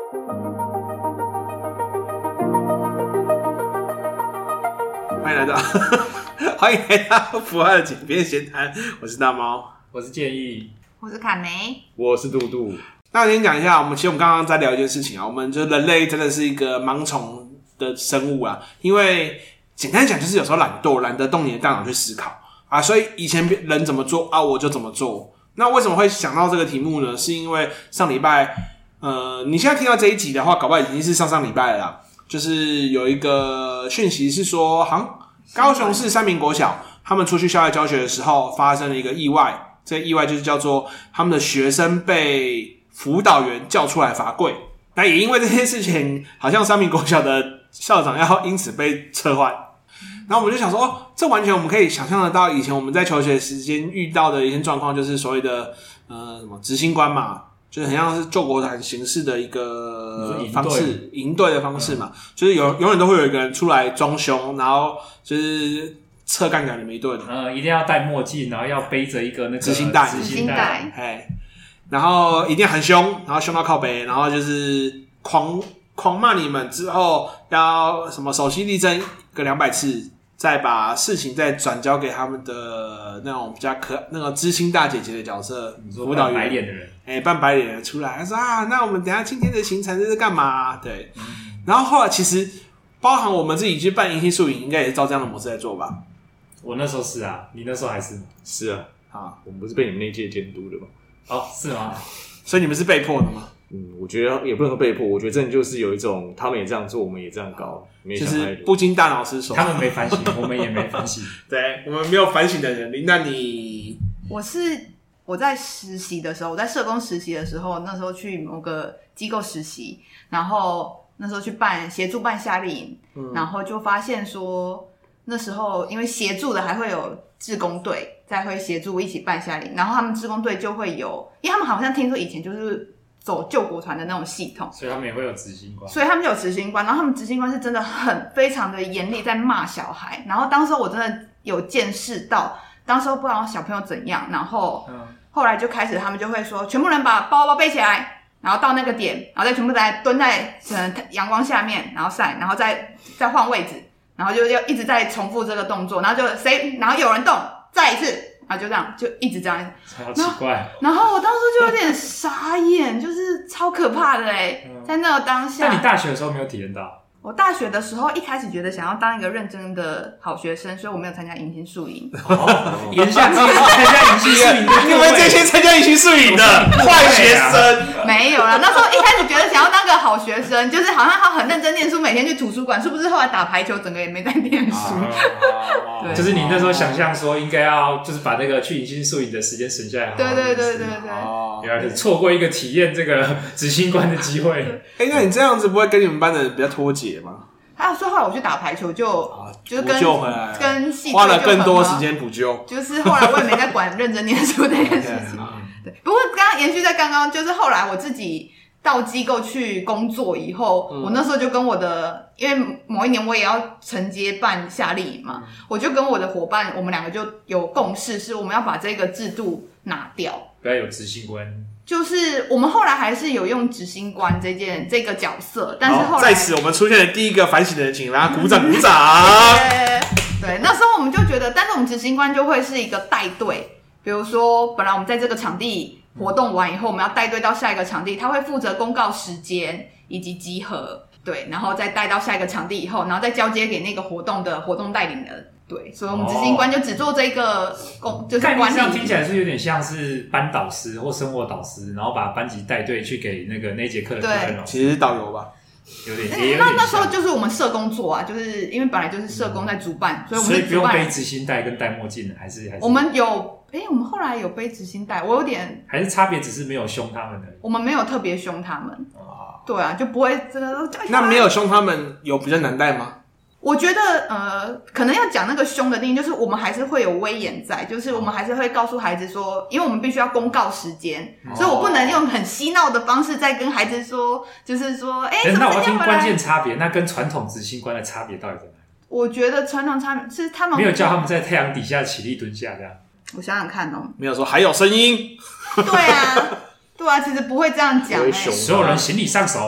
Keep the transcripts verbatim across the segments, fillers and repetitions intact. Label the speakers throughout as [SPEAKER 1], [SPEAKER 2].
[SPEAKER 1] 欢迎来到，欢迎来到福爱的井边闲谈，我是大猫，
[SPEAKER 2] 我是建议，
[SPEAKER 3] 我是凯梅，
[SPEAKER 4] 我是杜杜。
[SPEAKER 1] 那我先讲一下，我们其实我们刚刚在聊一件事情啊，我们就人类真的是一个盲从的生物啊，因为简单讲就是有时候懒惰，懒得动你的大脑去思考啊，所以以前人怎么做啊，我就怎么做。那为什么会想到这个题目呢？是因为上礼拜，呃，你现在听到这一集的话，搞不好已经是上上礼拜了啦。就是有一个讯息是说，好像高雄市三民国小他们出去校外教学的时候发生了一个意外，这个意外就是叫做他们的学生被辅导员叫出来罚跪。那也因为这件事情，好像三民国小的校长要因此被撤换。然后我们就想说，哦，这完全我们可以想象得到，以前我们在求学时间遇到的一些状况，就是所谓的呃什么执行官嘛，就是很像是救国团形式的一个方式，营队的方式嘛，嗯、就是有永远都会有一个人出来装凶，然后就是侧干掉你们一顿。
[SPEAKER 2] 呃，一定要戴墨镜，然后要背着一个那个
[SPEAKER 1] 执行带，
[SPEAKER 3] 执行带，
[SPEAKER 1] 哎，然后一定要很凶，然后凶到靠北，然后就是狂狂骂你们之后，要什么手膝立正个两百次。再把事情再转交给他们的那种比较可那个知心大姐姐的角色，
[SPEAKER 2] 辅导员，扮白脸的人，
[SPEAKER 1] 哎、欸，扮白脸的出来，他说啊，那我们等一下今天的行程是干嘛、啊？对，嗯、然后后来其实包含我们自己去办迎新宿营，应该也是照这样的模式来做吧？
[SPEAKER 2] 我那时候是啊，你那时候还是吗？
[SPEAKER 4] 是啊，啊，我们不是被你们那届监督的吗？
[SPEAKER 2] 哦，是吗？
[SPEAKER 1] 所以你们是被迫的吗？
[SPEAKER 4] 嗯，我觉得也不能说被迫，我觉得真的就是有一种他们也这样做，我们也这样搞，没想太多，
[SPEAKER 1] 就是不经大脑思索。
[SPEAKER 2] 他们没反省，我们也没反省。
[SPEAKER 1] 对，我们没有反省的能力。那你，
[SPEAKER 3] 我是我在实习的时候，我在社工实习的时候，那时候去某个机构实习，然后那时候去办协助办夏令营、嗯，然后就发现说，那时候因为协助的还会有志工队，再会协助一起办夏令营，然后他们志工队就会有，因为他们好像听说以前就是走救国团的那种系统，
[SPEAKER 2] 所以他们也会有执行官，
[SPEAKER 3] 所以他们就有执行官，然后他们执行官是真的很非常的严厉，在骂小孩。然后当时我真的有见识到，当时不知道小朋友怎样，然后、嗯、后来就开始他们就会说，全部人把包包背起来，然后到那个点，然后再全部再蹲在阳光下面，然后晒，然后再再换位置，然后就要一直在重复这个动作，然后就谁，然后有人动，再一次。啊，就这样，就一直这样，
[SPEAKER 2] 好奇怪。
[SPEAKER 3] 然后我当时就有点傻眼，就是超可怕的哎、嗯，在那个当下。
[SPEAKER 2] 但你大学的时候没有体验到？
[SPEAKER 3] 我大学的时候一开始觉得想要当一个认真的好学生，所以我没有参加迎新宿营。
[SPEAKER 2] 哦，言下之意参加迎新宿营的，
[SPEAKER 1] 你们这些参加迎新宿营的坏学生
[SPEAKER 3] 没有啦。那时候一开始觉得想要当个好学生，就是好像他很认真念书，每天去图书馆，是不是后来打排球，整个也没在念书？
[SPEAKER 2] 对，就是你那时候想象说应该要就是把那个去迎新宿营的时间省下来好好，
[SPEAKER 3] 对对对对对，
[SPEAKER 2] 原来是错过一个体验这个执行官的机会。
[SPEAKER 1] 哎、欸，那你这样子不会跟你们班的人比较脱节吗？
[SPEAKER 3] 还有说后来我去打排球就、啊、就是跟
[SPEAKER 1] 补救回来
[SPEAKER 3] 跟系
[SPEAKER 1] 花了更多时间补救，
[SPEAKER 3] 就是后来我也没在管认真念书这件事情。okay, 对，不过刚刚延续在刚刚，就是后来我自己到机构去工作以后、嗯，我那时候就跟我的，因为某一年我也要承接办夏令营嘛、嗯，我就跟我的伙伴，我们两个就有共识，是我们要把这个制度拿掉，
[SPEAKER 2] 不要有执行官。
[SPEAKER 3] 就是我们后来还是有用执行官这件这个角色，但是后来
[SPEAKER 1] 在此我们出现了第一个反省的人，请大家鼓掌鼓掌。
[SPEAKER 3] 对, 对，那时候我们就觉得，但是我们执行官就会是一个带队，比如说本来我们在这个场地活动完以后，我们要带队到下一个场地，他会负责公告时间以及集合，对，然后再带到下一个场地以后，然后再交接给那个活动的活动带领人。对，所以我们执行官就只做这个工、哦，就是管理。概念
[SPEAKER 2] 上听起来是有点像是班导师或生活导师，然后把班级带队去给那个那节课的课程老师。
[SPEAKER 1] 其实是导游吧，
[SPEAKER 2] 有点。也有点
[SPEAKER 3] 那那时候就是我们社工做啊，就是因为本来就是社工在主办，
[SPEAKER 2] 嗯、
[SPEAKER 3] 所以我们
[SPEAKER 2] 所以不用背执行带跟戴墨镜的，还是还是。
[SPEAKER 3] 我们有，哎、欸，我们后来有背执行带，我有点。
[SPEAKER 2] 还是差别只是没有凶他们的。
[SPEAKER 3] 我们没有特别凶他们。哦。对啊，就不会真的。
[SPEAKER 1] 那没有凶他们，有比较难带吗？
[SPEAKER 3] 我觉得呃，可能要讲那个凶的定义，就是我们还是会有威严在，就是我们还是会告诉孩子说，因为我们必须要公告时间、哦，所以我不能用很嬉闹的方式在跟孩子说，就是说，哎、欸，
[SPEAKER 2] 那我要听关键差别，那跟传统执行官的差别到底在哪里？
[SPEAKER 3] 我觉得传统差别是他们
[SPEAKER 2] 没有叫他们在太阳底下起立蹲下这样。
[SPEAKER 3] 我想想看哦，
[SPEAKER 1] 没有说还有声音。
[SPEAKER 3] 对啊，对啊，其实不会这样讲、欸，
[SPEAKER 2] 所有人行礼上手。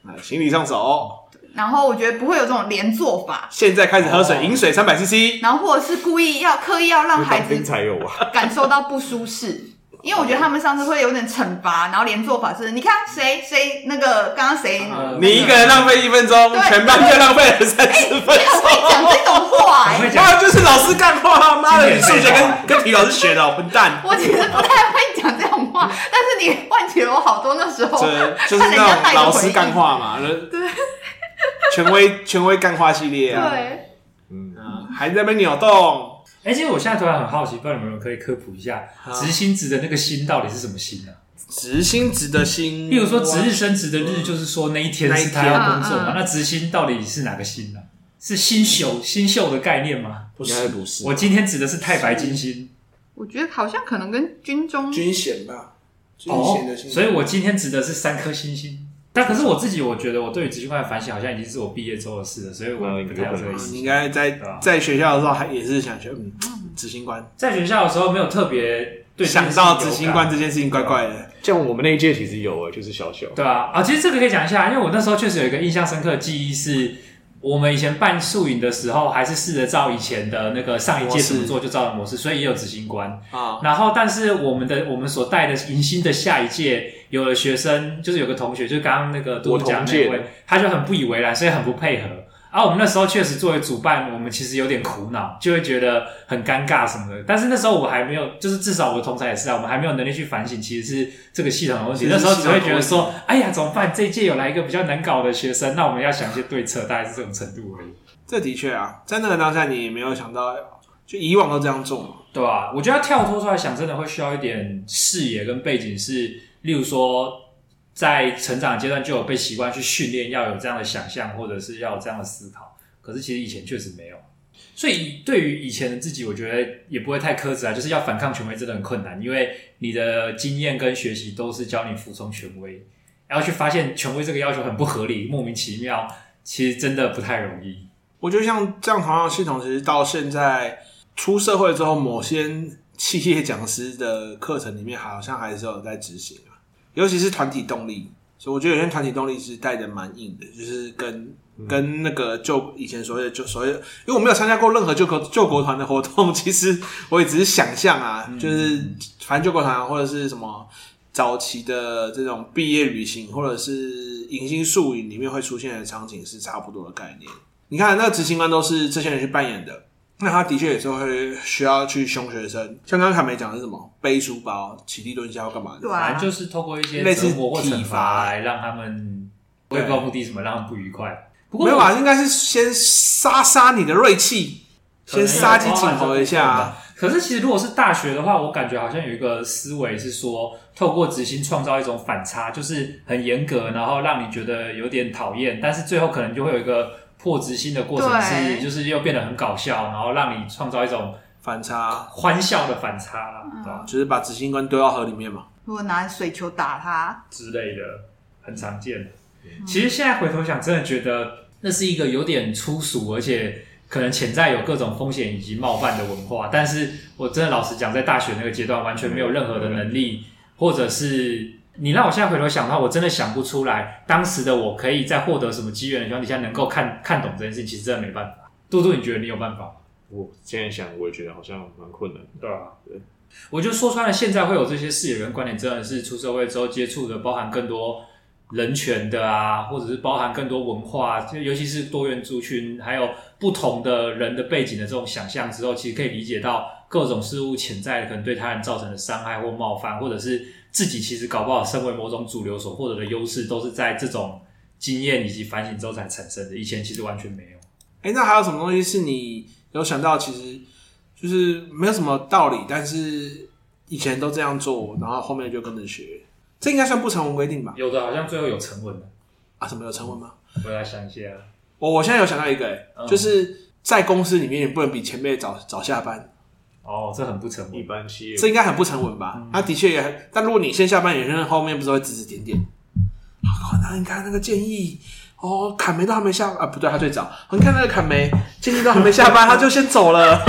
[SPEAKER 1] 行李上手。
[SPEAKER 3] 然后我觉得不会有这种连坐法，
[SPEAKER 1] 现在开始喝水，饮、哦、水三百 C C，
[SPEAKER 3] 然后或者是故意要刻意要让孩子
[SPEAKER 4] 才有啊，
[SPEAKER 3] 感受到不舒适。因为我觉得他们上次会有点惩罚，然后连做法是，你看谁谁那个刚刚谁、
[SPEAKER 1] 嗯，你一个人浪费一分钟，全班就浪费了三十分钟。你
[SPEAKER 3] 很会讲这种话哎、欸，
[SPEAKER 1] 妈就是老师干话，妈的，你数学跟跟体育老师学的，混蛋。
[SPEAKER 3] 我其实不太会讲这种话，但是你唤起了我好多那时候
[SPEAKER 1] 就是那种老师干话嘛，对，权威权威干话系列啊，
[SPEAKER 3] 对，
[SPEAKER 1] 嗯，还在那边扭动。
[SPEAKER 2] 哎、欸，其实我现在突然很好奇，不知道你们有没有可以科普一下，值薪值的那个薪到底是什么薪啊？
[SPEAKER 1] 值薪值的薪，
[SPEAKER 2] 例如说值日生值的日，就是说那一天是他要工作嘛？那值薪到底是哪个薪呢、啊？是新秀新秀的概念吗？
[SPEAKER 4] 不是，不是。
[SPEAKER 2] 我今天指的是太白金星。
[SPEAKER 3] 我觉得好像可能跟军中
[SPEAKER 1] 军衔吧，军衔的薪、
[SPEAKER 2] 哦。所以我今天指的是三颗星星。但可是我自己，我觉得我对于执行官的反省好像已经是我毕业之后的事了，所以我不太有这个意思。
[SPEAKER 1] 你应该在在学校的时候还也是想学，嗯，执行官。
[SPEAKER 2] 在学校的时候没有特别对
[SPEAKER 1] 想到执行官这件事情怪怪的。
[SPEAKER 4] 像我们那一届其实有诶，就是小小。
[SPEAKER 2] 对啊，啊，其实这个可以讲一下，因为我那时候确实有一个印象深刻的记忆是。我们以前办宿营的时候，还是试着照以前的那个上一届怎么做就照的模式，所以也有执行官啊。然后，但是我们的我们所带的迎新的下一届，有的学生就是有个同学，就是刚刚那个杜讲那位，他就很不以为然，所以很不配合。然后我们那时候确实作为主办，我们其实有点苦恼，就会觉得很尴尬什么的。但是那时候我还没有，就是至少我的同才也是啊，我们还没有能力去反省，其实是这个系统的问题。那时候只会觉得说，哎呀，怎么办？这一届有来一个比较难搞的学生，那我们要想一些对策，大概是这种程度而已。
[SPEAKER 1] 这的确啊，在那个当下你也没有想到，就以往都这样做嘛，
[SPEAKER 2] 对吧、啊？我觉得要跳脱出来想，真的会需要一点视野跟背景是，例如说。在成长阶段就有被习惯去训练，要有这样的想象，或者是要有这样的思考。可是其实以前确实没有，所以对于以前的自己，我觉得也不会太苛责啊。就是要反抗权威真的很困难，因为你的经验跟学习都是教你服从权威，然后去发现权威这个要求很不合理、莫名其妙，其实真的不太容易。
[SPEAKER 1] 我觉得像这样同样的系统，其实到现在出社会之后，某些企业讲师的课程里面，好像还是有在执行。尤其是团体动力，所以我觉得有些团体动力是带的蛮硬的，就是跟、嗯、跟那个救以前所谓的就所谓的，因为我没有参加过任何救国救国团的活动，其实我也只是想象啊、嗯，就是反正救国团或者是什么早期的这种毕业旅行，或者是迎新宿营里面会出现的场景是差不多的概念。你看，那个执行官都是这些人去扮演的。那他的确也是会需要去凶学生，像刚刚凯美讲的是什么背书包、起地蹲下或干嘛的，
[SPEAKER 3] 对啊，
[SPEAKER 2] 反正就是透过一些折磨或惩罚来让他们，我也不知道目的什么，让他们不愉快。不过
[SPEAKER 1] 没有吧，应该是先杀杀你的锐气，先杀鸡儆猴一下。
[SPEAKER 2] 可是其实如果是大学的话，我感觉好像有一个思维是说，透过执行创造一种反差，就是很严格，然后让你觉得有点讨厌，但是最后可能就会有一个。破执行的过程是，就是又变得很搞笑，然后让你创造一种
[SPEAKER 1] 反差、
[SPEAKER 2] 欢笑的反差，
[SPEAKER 3] 嗯、
[SPEAKER 2] 对吧？
[SPEAKER 1] 就是把执行官丢到河里面嘛，
[SPEAKER 3] 如果拿水球打他
[SPEAKER 2] 之类的，很常见。嗯、其实现在回头想，真的觉得那是一个有点粗俗，而且可能潜在有各种风险以及冒犯的文化。但是我真的老实讲，在大学那个阶段，完全没有任何的能力，或者是。你让我现在回头想的话，我真的想不出来，当时的我可以在获得什么机缘的情况底下能够看看懂这件事情，其实真的没办法。嘟嘟，你觉得你有办法吗？
[SPEAKER 4] 我现在想，我也觉得好像蛮困难的。
[SPEAKER 2] 对啊，对。我就说穿了，现在会有这些视野跟观点，真的是出社会之后接触的，包含更多人权的啊，或者是包含更多文化，就尤其是多元族群，还有不同的人的背景的这种想象之后，其实可以理解到各种事物潜在的可能对他人造成的伤害或冒犯，或者是。自己其实搞不好身为某种主流所获得的优势，都是在这种经验以及反省之后才产生的，以前其实完全没有。
[SPEAKER 1] 哎、欸，那还有什么东西是你有想到，其实就是没有什么道理，但是以前都这样做，然后后面就跟着学，这应该算不成文规定吧？
[SPEAKER 2] 有的好像最后有成文的
[SPEAKER 1] 啊？什么有成文吗？
[SPEAKER 2] 我来想一下，
[SPEAKER 1] 我我现在有想到一个、欸嗯，就是在公司里面你不能比前辈早早下班。
[SPEAKER 2] 哦，这很不成文。
[SPEAKER 4] 一般企业
[SPEAKER 1] 这应该很不成文吧？嗯、他的确也很，但如果你先下班，有些人后面不是会指指点点。哦，那你看那个建议，哦，侃梅都还没下啊，不对，他最早。你看那个侃梅，建议都还没下班，他就先走了。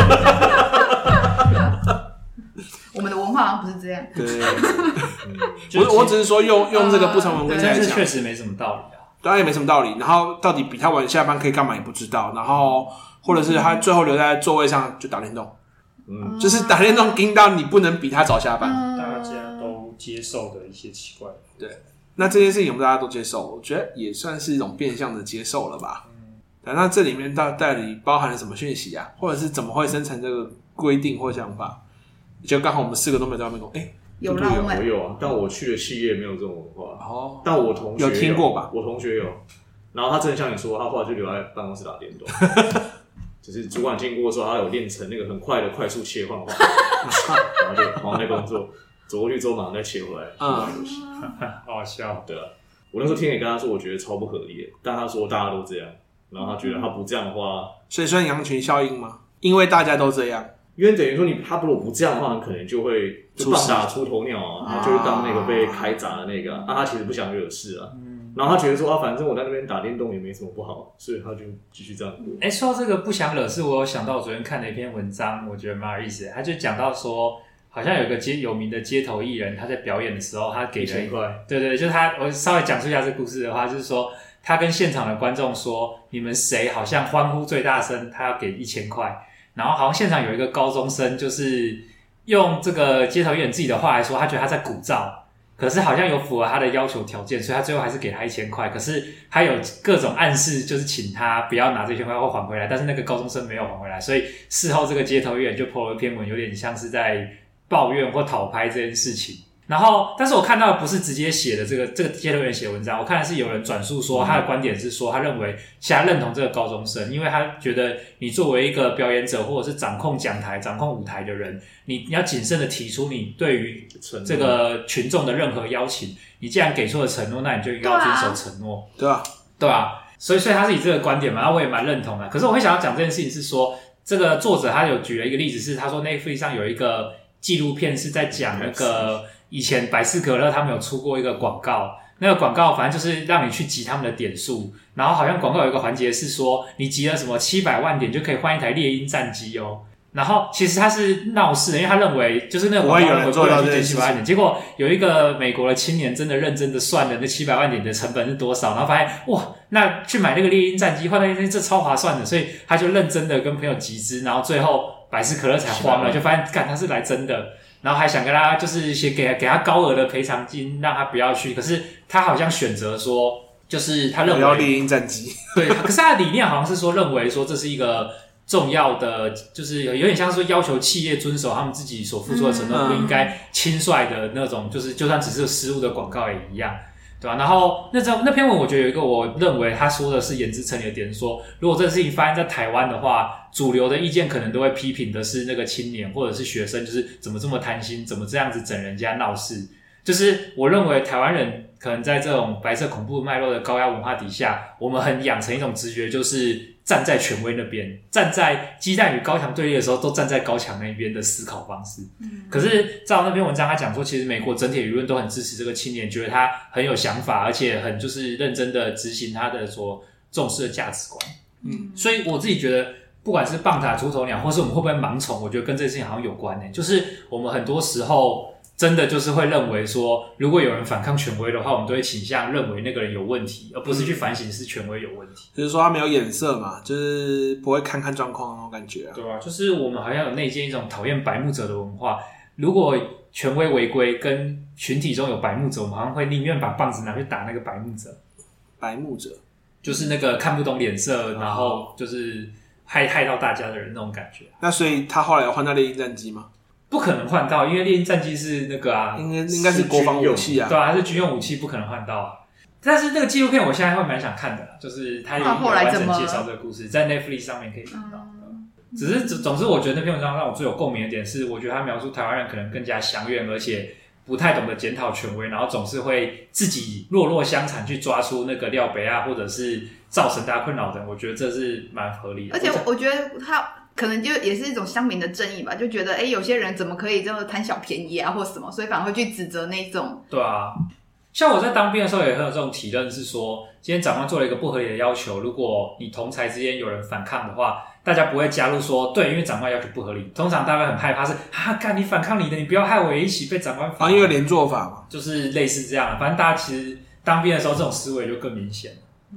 [SPEAKER 3] 我们的文化好像不是这样。
[SPEAKER 1] 对，我我只是说用用这个不成文规定来讲，
[SPEAKER 2] 但是确实没什么道理啊。
[SPEAKER 1] 对他也没什么道理。然后到底比他晚下班可以干嘛也不知道，然后或者是他最后留在座位上就打电动，嗯，就是打电动盯到你不能比他早下班，
[SPEAKER 5] 嗯、大家都接受的一些奇怪的。
[SPEAKER 1] 对，那这件事情我们大家都接受，我觉得也算是一种变相的接受了吧。嗯，那这里面到到底包含了什么讯息啊？或者是怎么会生成这个规定或想法？就刚好我们四个都没有在外面工，哎、欸，
[SPEAKER 3] 有啦，
[SPEAKER 4] 我有啊，但我去的企业没有这种文化。
[SPEAKER 1] 哦，
[SPEAKER 4] 但我同学
[SPEAKER 1] 有, 有听过吧？
[SPEAKER 4] 我同学有，然后他真的像你说，他后来就留在办公室打电动，只是主管经过说他有练成那个很快的快速切换画面，然后就忙在工作，走过去之后马上再切回来玩游戏，
[SPEAKER 5] 好好笑。
[SPEAKER 4] 对啊，我那时候听你跟他说，我觉得超不合理的，但他说大家都这样，然后他觉得他不这样的话，
[SPEAKER 1] 所以算羊群效应吗？因为大家都这样。
[SPEAKER 4] 因为等于说你他如果不这样的话，可能就会就棒打出头鸟啊，他就会当那个被开闸的那个、啊，那、啊、他其实不想惹事啊，嗯、然后他觉得说啊，反正我在那边打电动也没什么不好，所以他就继续这样过。
[SPEAKER 2] 哎、欸，说到这个不想惹事，我有想到我昨天看的一篇文章，我觉得蛮有意思的。他就讲到说，好像有一个街有名的街头艺人，他在表演的时候，他给了一
[SPEAKER 4] 千块，
[SPEAKER 2] 对对，就是他，我稍微讲述一下这故事的话，就是说他跟现场的观众说，你们谁好像欢呼最大声，他要给一千块。然后好像现场有一个高中生，就是用这个街头艺人自己的话来说，他觉得他在鼓噪，可是好像有符合他的要求条件，所以他最后还是给他一千块。可是他有各种暗示，就是请他不要拿这一千块或还回来，但是那个高中生没有还回来，所以事后这个街头艺人就 po 了一篇文，有点像是在抱怨或讨拍这件事情。然后，但是我看到的不是直接写的这个这个街头艺人写的文章，我看的是有人转述说他的观点是说，他认为其他认同这个高中生，因为他觉得你作为一个表演者或者是掌控讲台、掌控舞台的人，你要谨慎的提出你对于这个群众的任何邀请，你既然给出了承诺，那你就应该要遵守承诺，
[SPEAKER 1] 对啊，
[SPEAKER 2] 对啊，所以所以他是以这个观点嘛，那我也蛮认同的。可是我会想要讲这件事情是说，这个作者他有举了一个例子是，他说 Netflix 上有一个纪录片是在讲那个。以前百事可乐他们有出过一个广告，那个广告反正就是让你去集他们的点数，然后好像广告有一个环节是说你集了什么七百万点就可以换一台猎鹰战机哦。然后其实他是闹事的，因为他认为就是那个广告认为不会去捡七百万点，结果有一个美国的青年真的认真的算了那七百万点的成本是多少，然后发现哇，那去买那个猎鹰战机换那个这超划算的，所以他就认真的跟朋友集资，然后最后百事可乐才慌了，就发现干他是来真的。然后还想跟他就是先给给他高额的赔偿金，让他不要去。可是他好像选择说，就是他认为
[SPEAKER 1] 要猎鹰战机，
[SPEAKER 2] 对。可是他的理念好像是说，认为说这是一个重要的，就是有点像说要求企业遵守他们自己所付出的承诺，嗯、不应该轻率的那种，就是就算只是失误的广告也一样。对吧、啊？然后那这那篇文，我觉得有一个我认为他说的是言之成理的点，说如果这个事情发生在台湾的话，主流的意见可能都会批评的是那个青年或者是学生，就是怎么这么贪心，怎么这样子整人家闹事。就是我认为台湾人可能在这种白色恐怖脉络的高压文化底下，我们很养成一种直觉，就是站在权威那边，站在鸡蛋与高墙对立的时候，都站在高墙那边的思考方式。嗯、可是照那篇文章他讲说，其实美国整体舆论都很支持这个青年，觉得他很有想法，而且很就是认真的执行他的所重视的价值观。嗯，所以我自己觉得，不管是棒打出头鸟，或是我们会不会盲从，我觉得跟这件事情好像有关诶。就是我们很多时候真的就是会认为说，如果有人反抗权威的话，我们都会倾向认为那个人有问题，而不是去反省是权威有问题。
[SPEAKER 1] 就是说他没有眼色嘛，就是不会看看状况那种感觉啊。
[SPEAKER 2] 对啊，就是我们好像有内建一种讨厌白目者的文化。如果权威违规跟群体中有白目者，我们好像会宁愿把棒子拿去打那个白目者。
[SPEAKER 1] 白目者
[SPEAKER 2] 就是那个看不懂脸色，然后就是害害到大家的人那种感觉。
[SPEAKER 1] 那所以他后来有换到猎鹰战机吗？
[SPEAKER 2] 不可能换到，因为猎鹰战机是那个啊，
[SPEAKER 1] 应该应该是国防武器啊，
[SPEAKER 2] 对啊，它是军用武器，不可能换到啊。但是那个纪录片我现在会蛮想看的，就是它有一个完整介绍这个故事，在 Netflix 上面可以看到。嗯、只是总之，我觉得那篇文章让我最有共鸣的点是，我觉得他描述台湾人可能更加相怨，而且不太懂得检讨权威，然后总是会自己弱弱相残去抓出那个廖北啊，或者是造成大家困扰的人，我觉得这是蛮合理的。
[SPEAKER 3] 而且我觉得他可能就也是一种乡民的正义吧，就觉得哎，有些人怎么可以这么贪小便宜啊，或什么，所以反而会去指责那种。
[SPEAKER 2] 对啊，像我在当兵的时候也很有这种体认，是说今天长官做了一个不合理的要求，如果你同才之间有人反抗的话，大家不会加入说对，因为长官要求不合理。通常大家很害怕是啊，干你反抗你的，你不要害我也一起被长官罚。
[SPEAKER 1] 啊，因为连坐法嘛，
[SPEAKER 2] 就是类似这样。反正大家其实当兵的时候，这种思维就更明显了。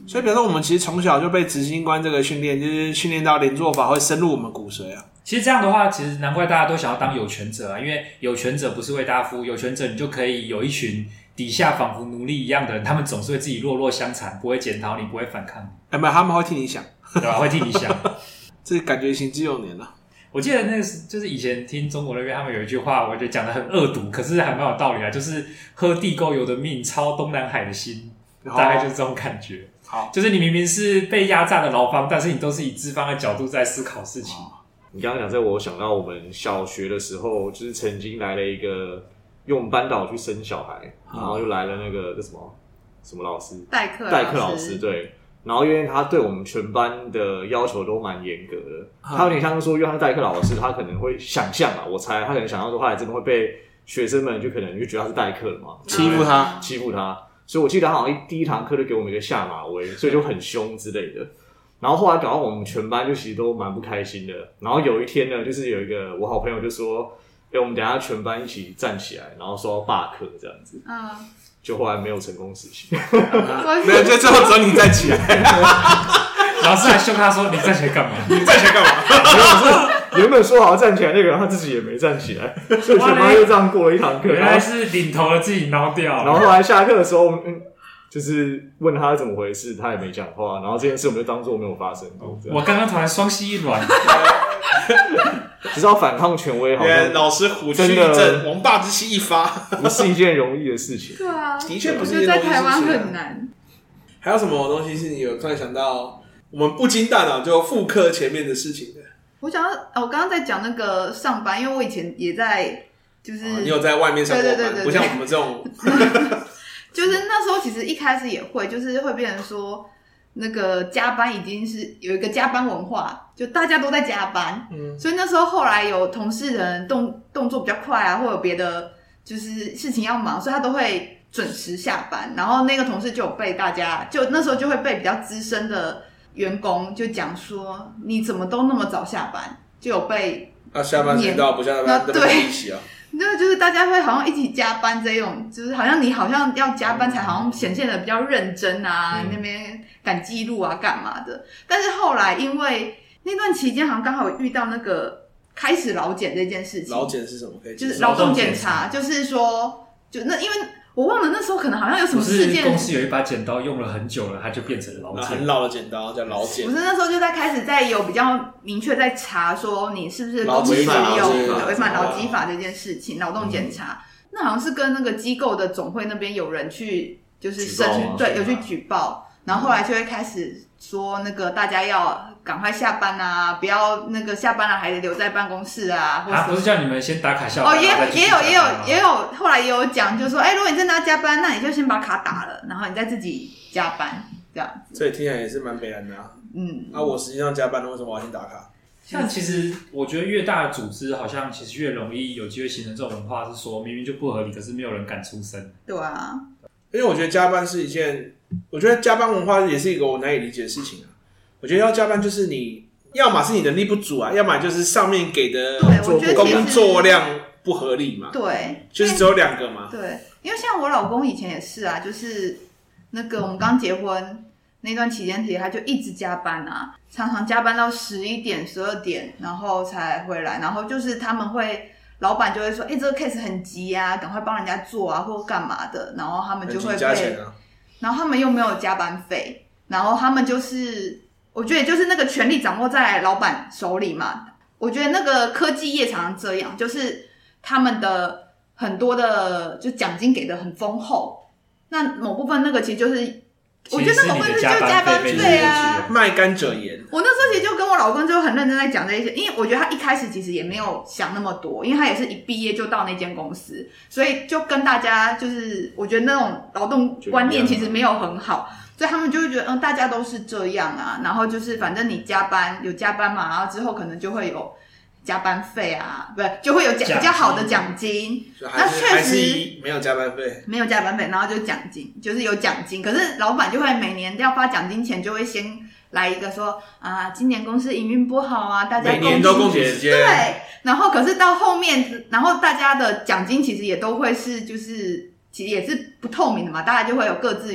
[SPEAKER 1] 所以比如说我们其实从小就被执行官这个训练，就是训练到连坐法会深入我们骨髓啊。
[SPEAKER 2] 其实这样的话，其实难怪大家都想要当有权者啊，因为有权者不是为大家服务，有权者你就可以有一群底下仿佛奴隶一样的人，他们总是会自己弱弱相残，不会检讨你，不会反抗你。
[SPEAKER 1] 哎，没有，他们会替你想，
[SPEAKER 2] 对吧？会替你想。
[SPEAKER 1] 这感觉行之有年了。
[SPEAKER 2] 我记得那个就是以前听中国那边他们有一句话，我觉得讲的很恶毒，可是还蛮有道理啊，就是喝地沟油的命，操东南海的心，大概就是这种感觉。
[SPEAKER 1] 好，
[SPEAKER 2] 就是你明明是被压榨的劳方，但是你都是以资方的角度在思考事情。
[SPEAKER 4] 你刚刚讲这，我想到我们小学的时候，就是曾经来了一个用班导去生小孩，然后又来了那个什么什么老师，
[SPEAKER 3] 代课
[SPEAKER 4] 代课老师，对。然后因为他对我们全班的要求都蛮严格的，他有点像是说，因为他是代课老师，他可能会想象啊，我猜他可能想象说，他还真的会被学生们就可能就觉得他是代课的嘛，
[SPEAKER 1] 欺负他，
[SPEAKER 4] 欺负他。所以我记得他好像第一堂课就给我们一个下马威，所以就很凶之类的。然后后来搞到我们全班就其实都蛮不开心的。然后有一天呢，就是有一个我好朋友就说：“哎、欸，我们等一下全班一起站起来，然后说要罢课这样子。”嗯，就后来没有成功实行。
[SPEAKER 1] 没有，就最后只有你站起来。
[SPEAKER 2] 老师还凶他说：“你站起来干嘛？
[SPEAKER 1] 你站起来干嘛？”
[SPEAKER 4] 原本说好要站起来那个人，他自己也没站起来，所以全班就这样过了一堂课。
[SPEAKER 2] 原来是领头的自己挠掉。
[SPEAKER 4] 然后后来下课的时候，嗯。就是问他怎么回事，他也没讲话，然后这件事我们就当作没有发生过。
[SPEAKER 2] 我刚刚突然双膝一软，
[SPEAKER 4] 知道反抗权威，好像
[SPEAKER 1] 老师虎躯一震，王霸之气一发，
[SPEAKER 4] 不是一件容易的事情。
[SPEAKER 3] 对啊，
[SPEAKER 1] 的确不是一件容易的事情。
[SPEAKER 3] 我觉得在台湾很难。
[SPEAKER 1] 还有什么东西是你有突然想到，我们不经大脑就复刻前面的事情的？
[SPEAKER 3] 我想到，我刚刚在讲那个上班，因为我以前也在，就是、
[SPEAKER 1] 哦、你有在外面上过班，
[SPEAKER 3] 对对对对对，
[SPEAKER 1] 不像我们这种。
[SPEAKER 3] 就是那时候其实一开始也会，就是会变成说那个加班已经是有一个加班文化，就大家都在加班，嗯，所以那时候后来有同事人动动作比较快啊，或有别的就是事情要忙，所以他都会准时下班。然后那个同事就有被大家，就那时候就会被比较资深的员工就讲说，你怎么都那么早下班，就有被
[SPEAKER 1] 啊下班迟到不下班都被一起啊。
[SPEAKER 3] 对，就是大家会好像一起加班这种，就是好像你好像要加班才好像显现的比较认真啊，嗯、那边赶记录啊干嘛的。但是后来因为那段期间好像刚好遇到那个开始劳检这件事情。
[SPEAKER 1] 劳检是什么？可以
[SPEAKER 3] 就是劳动检查，就是说，就那因为我忘了那时候可能好像有什么事件，
[SPEAKER 2] 公司有一把剪刀用了很久了，它就变成了劳检，
[SPEAKER 1] 很老的剪刀叫劳检。
[SPEAKER 3] 不是那时候就在开始在有比较明确在查说你是不是公司使用违反劳基法这件事情，劳动检查。嗯、那好像是跟那个机构的总会那边有人去就是申对有去举报，然后后来就会开始说那个大家要赶快下班啊，不要那个下班了还留在办公室啊。或
[SPEAKER 2] 啊，不是叫你们先打卡下班？
[SPEAKER 3] 哦，也也有也有也有，后来也有讲，就是说，哎、欸，如果你真的要加班，那你就先把卡打了，然后你再自己加班这样子。
[SPEAKER 1] 这听起来也是蛮悲哀的啊。嗯，那、啊、我实际上加班了，为什么我要先打卡？
[SPEAKER 2] 像其实我觉得越大的组织，好像其实越容易有机会形成这种文化，是说明明就不合理，可是没有人敢出声。
[SPEAKER 3] 对啊，
[SPEAKER 1] 因为我觉得加班是一件，我觉得加班文化也是一个我难以理解的事情啊。我觉得要加班就是你要么是你能力不足啊，要么就是上面给的工作量不合理嘛。
[SPEAKER 3] 对，
[SPEAKER 1] 就是只有两个嘛。
[SPEAKER 3] 对，因为像我老公以前也是啊，就是那个我们刚结婚那段期间，其实他就一直加班啊，常常加班到十一点、十二点，然后才回来。然后就是他们会，老板就会说：“哎、欸，这个 case 很急啊，赶快帮人家做啊，或干嘛的。”然后他们就会被，
[SPEAKER 1] 加钱啊、
[SPEAKER 3] 然后他们又没有加班费，然后他们就是，我觉得就是那个权力掌握在老板手里嘛。我觉得那个科技业常常这样，就是他们的很多的就奖金给的很丰厚，那某部分那个其实就是。我觉得那某部分是就加班费啊，
[SPEAKER 1] 卖甘蔗盐。
[SPEAKER 3] 我那时候其实就跟我老公就很认真在讲这些，因为我觉得他一开始其实也没有想那么多，因为他也是一毕业就到那间公司，所以就跟大家就是我觉得那种劳动观念其实没有很好，所以他们就会觉得嗯大家都是这样啊，然后就是反正你加班有加班嘛，然后之后可能就会有加班费啊，不就会有奖比较好的奖金。那确实
[SPEAKER 1] 没有加班费，
[SPEAKER 3] 没有加班费，然后就奖金，就是有奖金。可是老板就会每年要发奖金前，就会先来一个说啊，今年公司营运不好啊，大家
[SPEAKER 1] 每年都共体时间。
[SPEAKER 3] 对，然后可是到后面，然后大家的奖金其实也都会是就是其实也是不透明的嘛，大家就会有各自有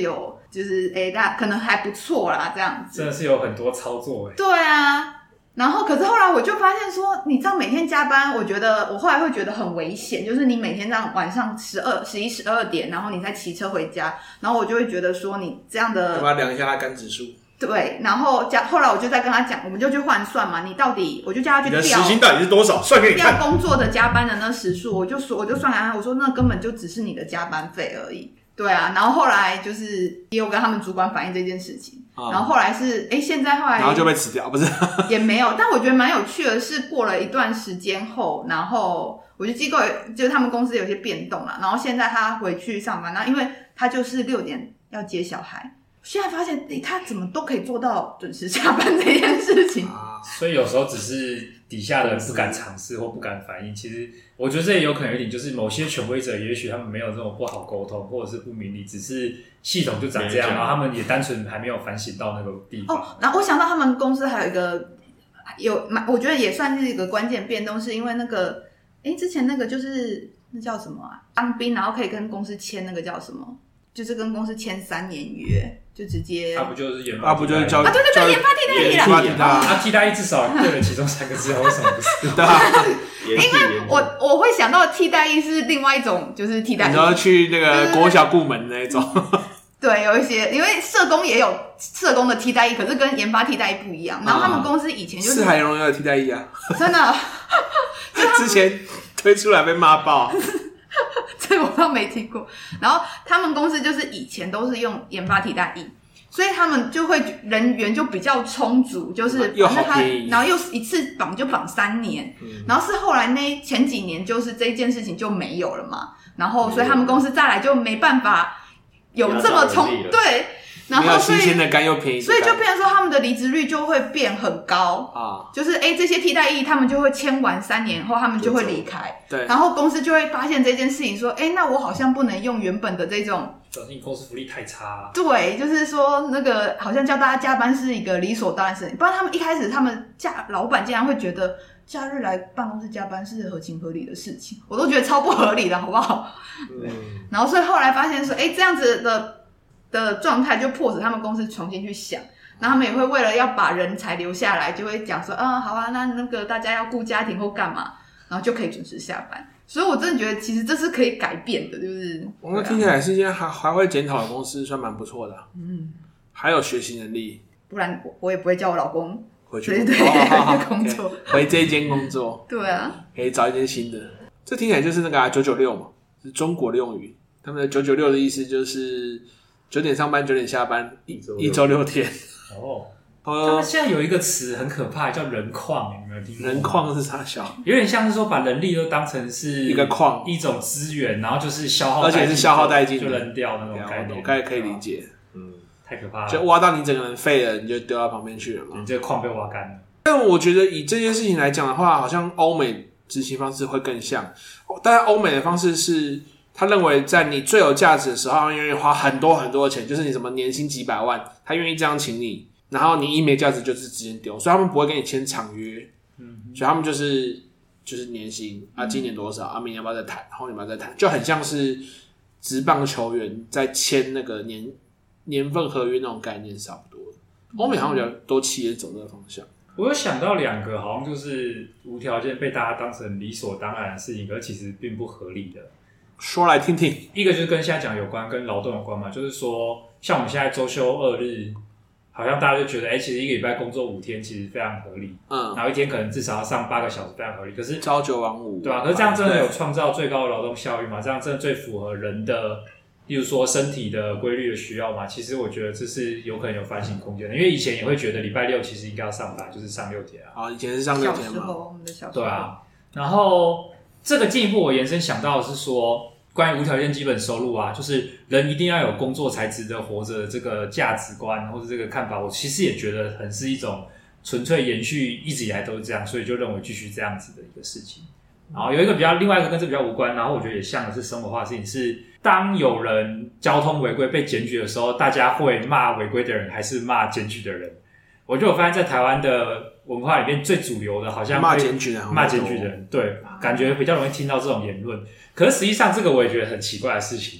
[SPEAKER 3] 就是哎，大家可能还不错啦，这样子。
[SPEAKER 2] 真的是有很多操作哎。
[SPEAKER 3] 对啊。然后，可是后来我就发现说，你这样每天加班，我觉得我后来会觉得很危险。就是你每天这样晚上十二、十一、十二点，然后你再骑车回家，然后我就会觉得说，你这样的，
[SPEAKER 1] 我要量一下他肝指数。
[SPEAKER 3] 对，然后加后来我就再跟他讲，我们就去换算嘛，你到底，我就叫他去调，
[SPEAKER 1] 你的时薪到底是多少？算给你看。
[SPEAKER 3] 调工作的加班的那时数，我就说，我就算给他，我说那根本就只是你的加班费而已。对啊，然后后来就是也有跟他们主管反映这件事情，嗯、然后后来是哎，现在后来
[SPEAKER 1] 然后就被辞掉，不是
[SPEAKER 3] 也没有，但我觉得蛮有趣的是，过了一段时间后，然后我觉得机构就是他们公司有些变动啦，然后现在他回去上班，然后因为他就是六点要接小孩，现在发现哎，他怎么都可以做到准时下班这件事情，
[SPEAKER 2] 啊、所以有时候只是底下的人不敢尝试或不敢反应，其实我觉得这也有可能有一点，就是某些权威者也许他们没有这种不好沟通，或者是不明理，只是系统就长这样，然后他们也单纯还没有反省到那个地方。
[SPEAKER 3] 哦，然后我想到他们公司还有一个有，我觉得也算是一个关键变动，是因为那个，哎，之前那个就是那叫什么啊？当兵然后可以跟公司签那个叫什么？就是跟公司签三年约。就直接，
[SPEAKER 2] 啊不就是研发，
[SPEAKER 1] 啊不就是教
[SPEAKER 3] 啊对对对，研发替代役啦，
[SPEAKER 1] 研发替代
[SPEAKER 2] 啊替代役至少对了其中三个字，为什么不是？
[SPEAKER 1] 对啊，
[SPEAKER 3] 因为我我会想到替代役是另外一种，就是替代役，
[SPEAKER 1] 你要去那个国小部门那一种。
[SPEAKER 3] 对，有一些因为社工也有社工的替代役，可是跟研发替代役不一样。然后他们公司以前就是
[SPEAKER 1] 四海荣耀的替代役啊，
[SPEAKER 3] 真的，
[SPEAKER 1] 之前推出来被骂爆。
[SPEAKER 3] 这我倒没听过。然后他们公司就是以前都是用研发替代役，所以他们就会人员就比较充足，就是
[SPEAKER 1] 又好便宜，
[SPEAKER 3] 然后又一次绑就绑三年、嗯，然后是后来那前几年就是这件事情就没有了嘛，然后所以他们公司再来就没办法有这么充对。然后所以
[SPEAKER 1] 新鲜的肝又便宜，
[SPEAKER 3] 所以就变成说他们的离职率就会变很高啊，就是哎这些替代役他们就会签完三年后他们就会离开，
[SPEAKER 1] 对，
[SPEAKER 3] 然后公司就会发现这件事情说，哎那我好像不能用原本的这种，
[SPEAKER 2] 你公司福利太差了，
[SPEAKER 3] 对，就是说那个好像叫大家加班是一个理所当然的事情，不然他们一开始他们假老板竟然会觉得假日来办公室加班是合情合理的事情，我都觉得超不合理的好不好？对，然后所以后来发现说，哎这样子的。的状态就迫使他们公司重新去想，然后他们也会为了要把人才留下来，就会讲说，啊，好啊，那那个大家要顾家庭或干嘛，然后就可以准时下班。所以我真的觉得，其实这是可以改变的，就是。
[SPEAKER 1] 我们听起来是一间还还会检讨的公司，算蛮不错的、啊。嗯，还有学习能力，
[SPEAKER 3] 不然我我也不会叫我老公
[SPEAKER 1] 回去
[SPEAKER 3] 对对对、哦、好好工作，
[SPEAKER 1] okay, 回这一间工作。
[SPEAKER 3] 对啊，
[SPEAKER 1] 可以找一间新的。这听起来就是那个九九六嘛，是中国的用语。他们的九九六的意思就是。九点上班，九点下班，一一周六天。
[SPEAKER 2] 哦，他们现在有一个词很可怕，叫人矿，你有没有听过？
[SPEAKER 1] 人矿是啥小？
[SPEAKER 2] 有点像是说把人力都当成是
[SPEAKER 1] 一个矿，
[SPEAKER 2] 一种资源，然后就是消耗，
[SPEAKER 1] 而且是消耗殆尽，
[SPEAKER 2] 就扔掉那种概念。
[SPEAKER 1] 我大概可以理解，
[SPEAKER 2] 嗯，太可怕了，
[SPEAKER 1] 就挖到你整个人废了，你就丢到旁边去了嘛。
[SPEAKER 2] 你这个矿被挖干了。
[SPEAKER 1] 但我觉得以这件事情来讲的话，好像欧美执行方式会更像，但欧美的方式是。他认为在你最有价值的时候，他愿意花很多很多的钱，就是你什么年薪几百万，他愿意这样请你，然后你一没价值就是直接丢，所以他们不会跟你签长约，嗯，所以他们就是就是年薪啊，今年多少啊，明年要不要再谈，后年要不要再谈，就很像是职棒球员在签那个年年份合约那种概念差不多。欧美好像比较多企业走这个方向。
[SPEAKER 2] 我有想到两个，好像就是无条件被大家当成理所当然的事情，可是其实并不合理的。
[SPEAKER 1] 说来听听。
[SPEAKER 2] 一个就是跟现在讲有关，跟劳动有关嘛，就是说像我们现在周休二日，好像大家就觉得，哎、欸，其实一个礼拜工作五天其实非常合理，嗯，然后一天可能至少要上八个小时，非常合理。可是
[SPEAKER 1] 朝九晚五，
[SPEAKER 2] 对吧、啊？可是这样真的有创造最高的劳动效率吗？这样真的最符合人的，例如说身体的规律的需要吗？其实我觉得这是有可能有反省空间的，因为以前也会觉得礼拜六其实应该要上班，就是上六天啊。
[SPEAKER 1] 啊，以前是上六天嘛。
[SPEAKER 3] 小时候，我们的小时候。
[SPEAKER 2] 对啊，然后这个进一步我延伸想到的是说。关于无条件基本收入啊，就是人一定要有工作才值得活着的这个价值观或者这个看法，我其实也觉得很是一种纯粹延续一直以来都是这样，所以就认为继续这样子的一个事情。然后有一个比较另外一个跟这比较无关，然后我觉得也像的是生活化的事情是，当有人交通违规被检举的时候，大家会骂违规的人还是骂检举的人？我就有发现在台湾的文化里面最主流的好像
[SPEAKER 1] 骂检举的
[SPEAKER 2] 骂检举的人，对，感觉比较容易听到这种言论。可是实际上这个我也觉得很奇怪的事情，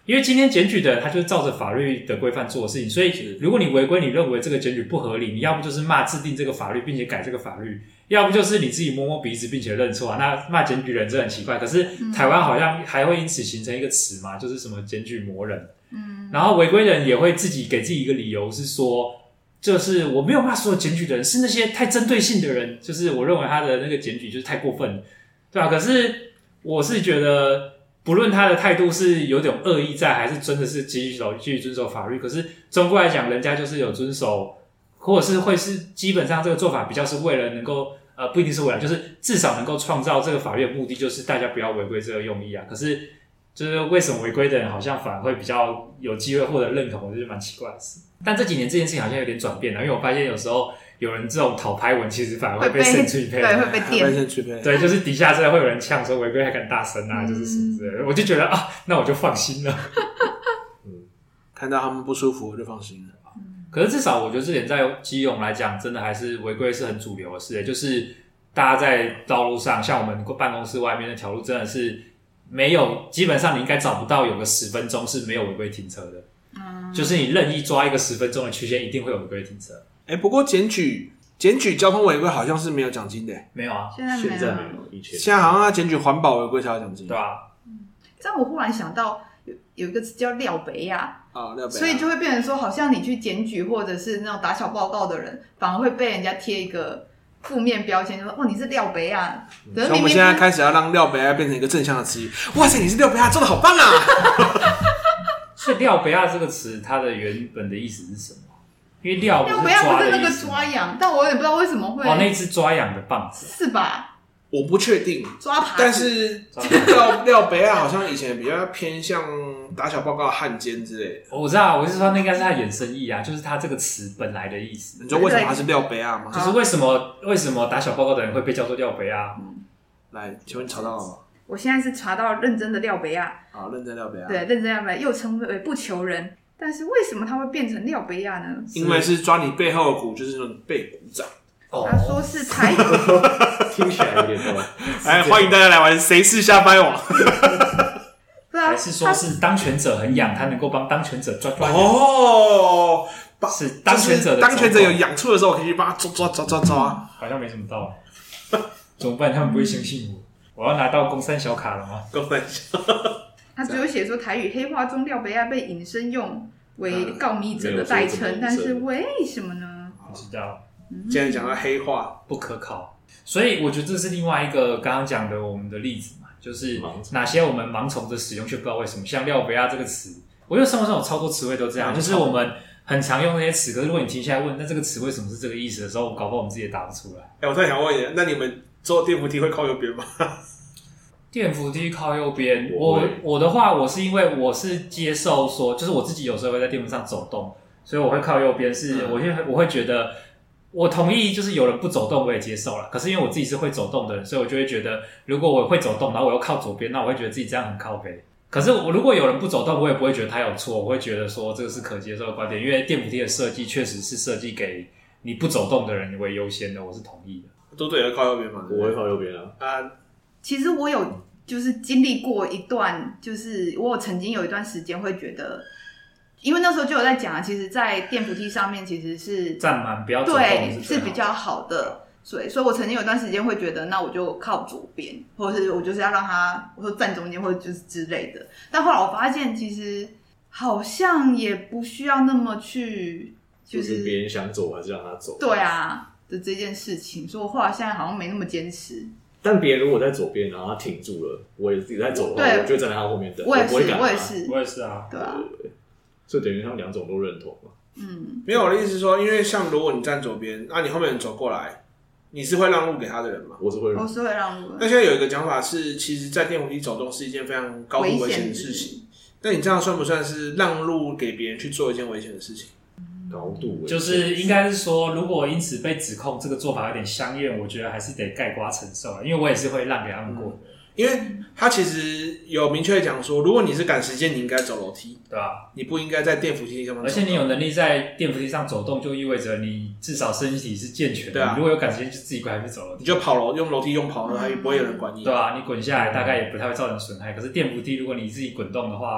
[SPEAKER 2] 因为今天检举的人他就是照着法律的规范做的事情，所以如果你违规，你认为这个检举不合理，你要不就是骂制定这个法律并且改这个法律，要不就是你自己摸摸鼻子并且认错啊。那骂检举人真的很奇怪，可是台湾好像还会因此形成一个词嘛，就是什么检举魔人。嗯，然后违规人也会自己给自己一个理由，是说就是我没有骂所有检举的人，是那些太针对性的人，就是我认为他的那个检举就是太过分了，对吧、啊？可是我是觉得。不论他的态度是有点恶意在，还是真的是继续守继续遵守法律，可是总归来讲，人家就是有遵守，或者是会是基本上这个做法比较是为了能够呃不一定是为了，就是至少能够创造这个法律的目的，就是大家不要违规这个用意啊。可是就是为什么违规的人好像反而会比较有机会获得认同，我觉得蛮奇怪的事。但这几年这件事情好像有点转变了，因为我发现有时候有人这种讨拍文，其实反而会被审吹配，
[SPEAKER 3] 对，会被电，
[SPEAKER 2] 对，就是底下真的会有人呛说违规还敢大声啊，嗯、就是什么之类的，我就觉得啊，那我就放心了。
[SPEAKER 1] 嗯，看到他们不舒服，我就放心了。
[SPEAKER 2] 可是至少我觉得这点在基隆来讲，真的还是违规是很主流的事，就是大家在道路上，像我们办公室外面那条路，真的是没有，基本上你应该找不到有个十分钟是没有违规停车的。嗯，就是你任意抓一个十分钟的区间，一定会有违规停车。
[SPEAKER 1] 哎、欸，不过检举检举交通违规好像是没有奖金的、欸，
[SPEAKER 2] 没有啊，
[SPEAKER 3] 现在没有，
[SPEAKER 4] 现在没有，以前
[SPEAKER 1] 现在好像要检举环保违规才有奖金，
[SPEAKER 2] 对啊。
[SPEAKER 3] 嗯，这样我忽然想到有有一个词叫廖北亚
[SPEAKER 1] 啊，廖北亚，
[SPEAKER 3] 所以就会变成说，好像你去检举或者是那种打小报告的人，反而会被人家贴一个负面标签，就说哦你是廖北亚。
[SPEAKER 1] 所以我们现在开始要让廖北亚变成一个正向的词语。哇塞，你是廖北亚，做的好棒啊！
[SPEAKER 2] 所以廖北亚这个词，它的原本的意思是什么？因为廖
[SPEAKER 3] 廖北亚不是那个抓痒，但我有点不知道为什么会
[SPEAKER 2] 哦，那只抓痒的棒子
[SPEAKER 3] 是吧？
[SPEAKER 1] 我不确定
[SPEAKER 3] 抓爬，
[SPEAKER 1] 但是廖廖北亚好像以前比较偏向打小报告、汉奸之类的。
[SPEAKER 2] 我知道，我是说那应该是它的衍生意啊，就是它这个词本来的意思。
[SPEAKER 1] 你知道为什么它是廖北亚吗？
[SPEAKER 2] 就是为什么为什么打小报告的人会被叫做廖北亚？
[SPEAKER 3] 嗯，
[SPEAKER 1] 来，请问查到了吗？
[SPEAKER 3] 我现在是查到认真的廖北亚。
[SPEAKER 1] 好，认真廖北亚。
[SPEAKER 3] 对，认真廖北亚又称为不求人。但是为什么他会变成廖北亚呢？
[SPEAKER 1] 因为是抓你背后的鼓，就是那种背鼓掌。
[SPEAKER 3] 哦、他说是台语，
[SPEAKER 4] 听起来有点多。
[SPEAKER 1] 来，欢迎大家来玩谁是下班网。
[SPEAKER 3] 对啊，
[SPEAKER 2] 还是说是当权者很痒，他能够帮当权者抓抓痒？
[SPEAKER 1] 哦，
[SPEAKER 2] 是当权者的，
[SPEAKER 1] 当权者有痒处的时候，我可以去帮他抓抓抓抓抓。
[SPEAKER 2] 好像没什么道理。怎么办？他们不会相信我。我要拿到公三小卡了吗？
[SPEAKER 1] 公三小。
[SPEAKER 3] 他只有写说台语黑话中廖北亚被引申用为告密者的代称，但是为什么呢？
[SPEAKER 2] 不知道。
[SPEAKER 1] 既然讲到黑话，
[SPEAKER 2] 不可靠，所以我觉得这是另外一个刚刚讲的我们的例子嘛，就是哪些我们盲从的使用却不知道为什么，像廖北亚这个词，我觉得生活中有超多词汇都这样，就是我们很常用那些词，可是如果你停下来问，那这个词为什么是这个意思的时候，我搞不好我们自己也答不出来。
[SPEAKER 1] 哎、欸，我突然想问一下，那你们坐电扶梯会靠右边吗？
[SPEAKER 2] 电扶梯靠右边，我我的话，我是因为我是接受说，就是我自己有时候会在电扶上走动，所以我会靠右边，是我会我会觉得我同意，就是有人不走动我也接受了。可是因为我自己是会走动的人，所以我就会觉得，如果我会走动，然后我又靠左边，那我会觉得自己这样很靠北。可是我如果有人不走动，我也不会觉得他有错，我会觉得说这个是可接受的观点，因为电扶梯的设计确实是设计给你不走动的人为优先的，我是同意的。
[SPEAKER 1] 都对，会靠右边吗？
[SPEAKER 4] 我会靠右边啊。
[SPEAKER 1] 啊，
[SPEAKER 3] 其实我有就是经历过一段，就是我有曾经有一段时间会觉得，因为那时候就有在讲啊，其实，在电扶梯上面其实是
[SPEAKER 2] 站满不要走动
[SPEAKER 3] 对
[SPEAKER 2] 是
[SPEAKER 3] 是比较好的。所以，所以我曾经有一段时间会觉得，那我就靠左边，或者是我就是要让他，我说站中间，或者就是之类的。但后来我发现，其实好像也不需要那么去，
[SPEAKER 4] 就是别人想走还是让他走。
[SPEAKER 3] 对啊的这件事情，所以我后来现在好像没那么坚持。
[SPEAKER 4] 但别人如果在左边，然后他停住了，我也自己在走的话，我就站在他后面等。
[SPEAKER 3] 我也是，
[SPEAKER 4] 我不会赶他
[SPEAKER 3] 我也是，
[SPEAKER 2] 我也是啊，
[SPEAKER 3] 对啊。
[SPEAKER 4] 对对对，所以等于他们两种都认同嘛。
[SPEAKER 3] 嗯，
[SPEAKER 1] 没有，我的意思是说，因为像如果你站左边，那、啊、你后面人走过来。你是会让路给他的人吗？
[SPEAKER 4] 我是会让路，
[SPEAKER 3] 我是会让路的。
[SPEAKER 1] 那现在有一个讲法是，其实，在电扶梯走动是一件非常高度危险的事情。那你这样算不算是让路给别人去做一件危险的事情？
[SPEAKER 4] 高度危险
[SPEAKER 2] 就是应该是说，如果因此被指控这个做法有点相怨，我觉得还是得概括承受了，因为我也是会让给他们过的。嗯，
[SPEAKER 1] 因为他其实有明确讲说，如果你是赶时间，你应该走楼梯，
[SPEAKER 2] 对吧？
[SPEAKER 1] 你不应该在电扶梯上面走。
[SPEAKER 2] 而且你有能力在电扶梯上走动，就意味着你至少身体是健全的。
[SPEAKER 1] 对啊，
[SPEAKER 2] 你如果有赶时间，就自己滚还是走楼梯，
[SPEAKER 1] 你就跑楼，用楼梯用跑的，还不会有人管你。
[SPEAKER 2] 对啊，你滚下来大概也不太会造成损害。可是电扶梯，如果你自己滚动的话，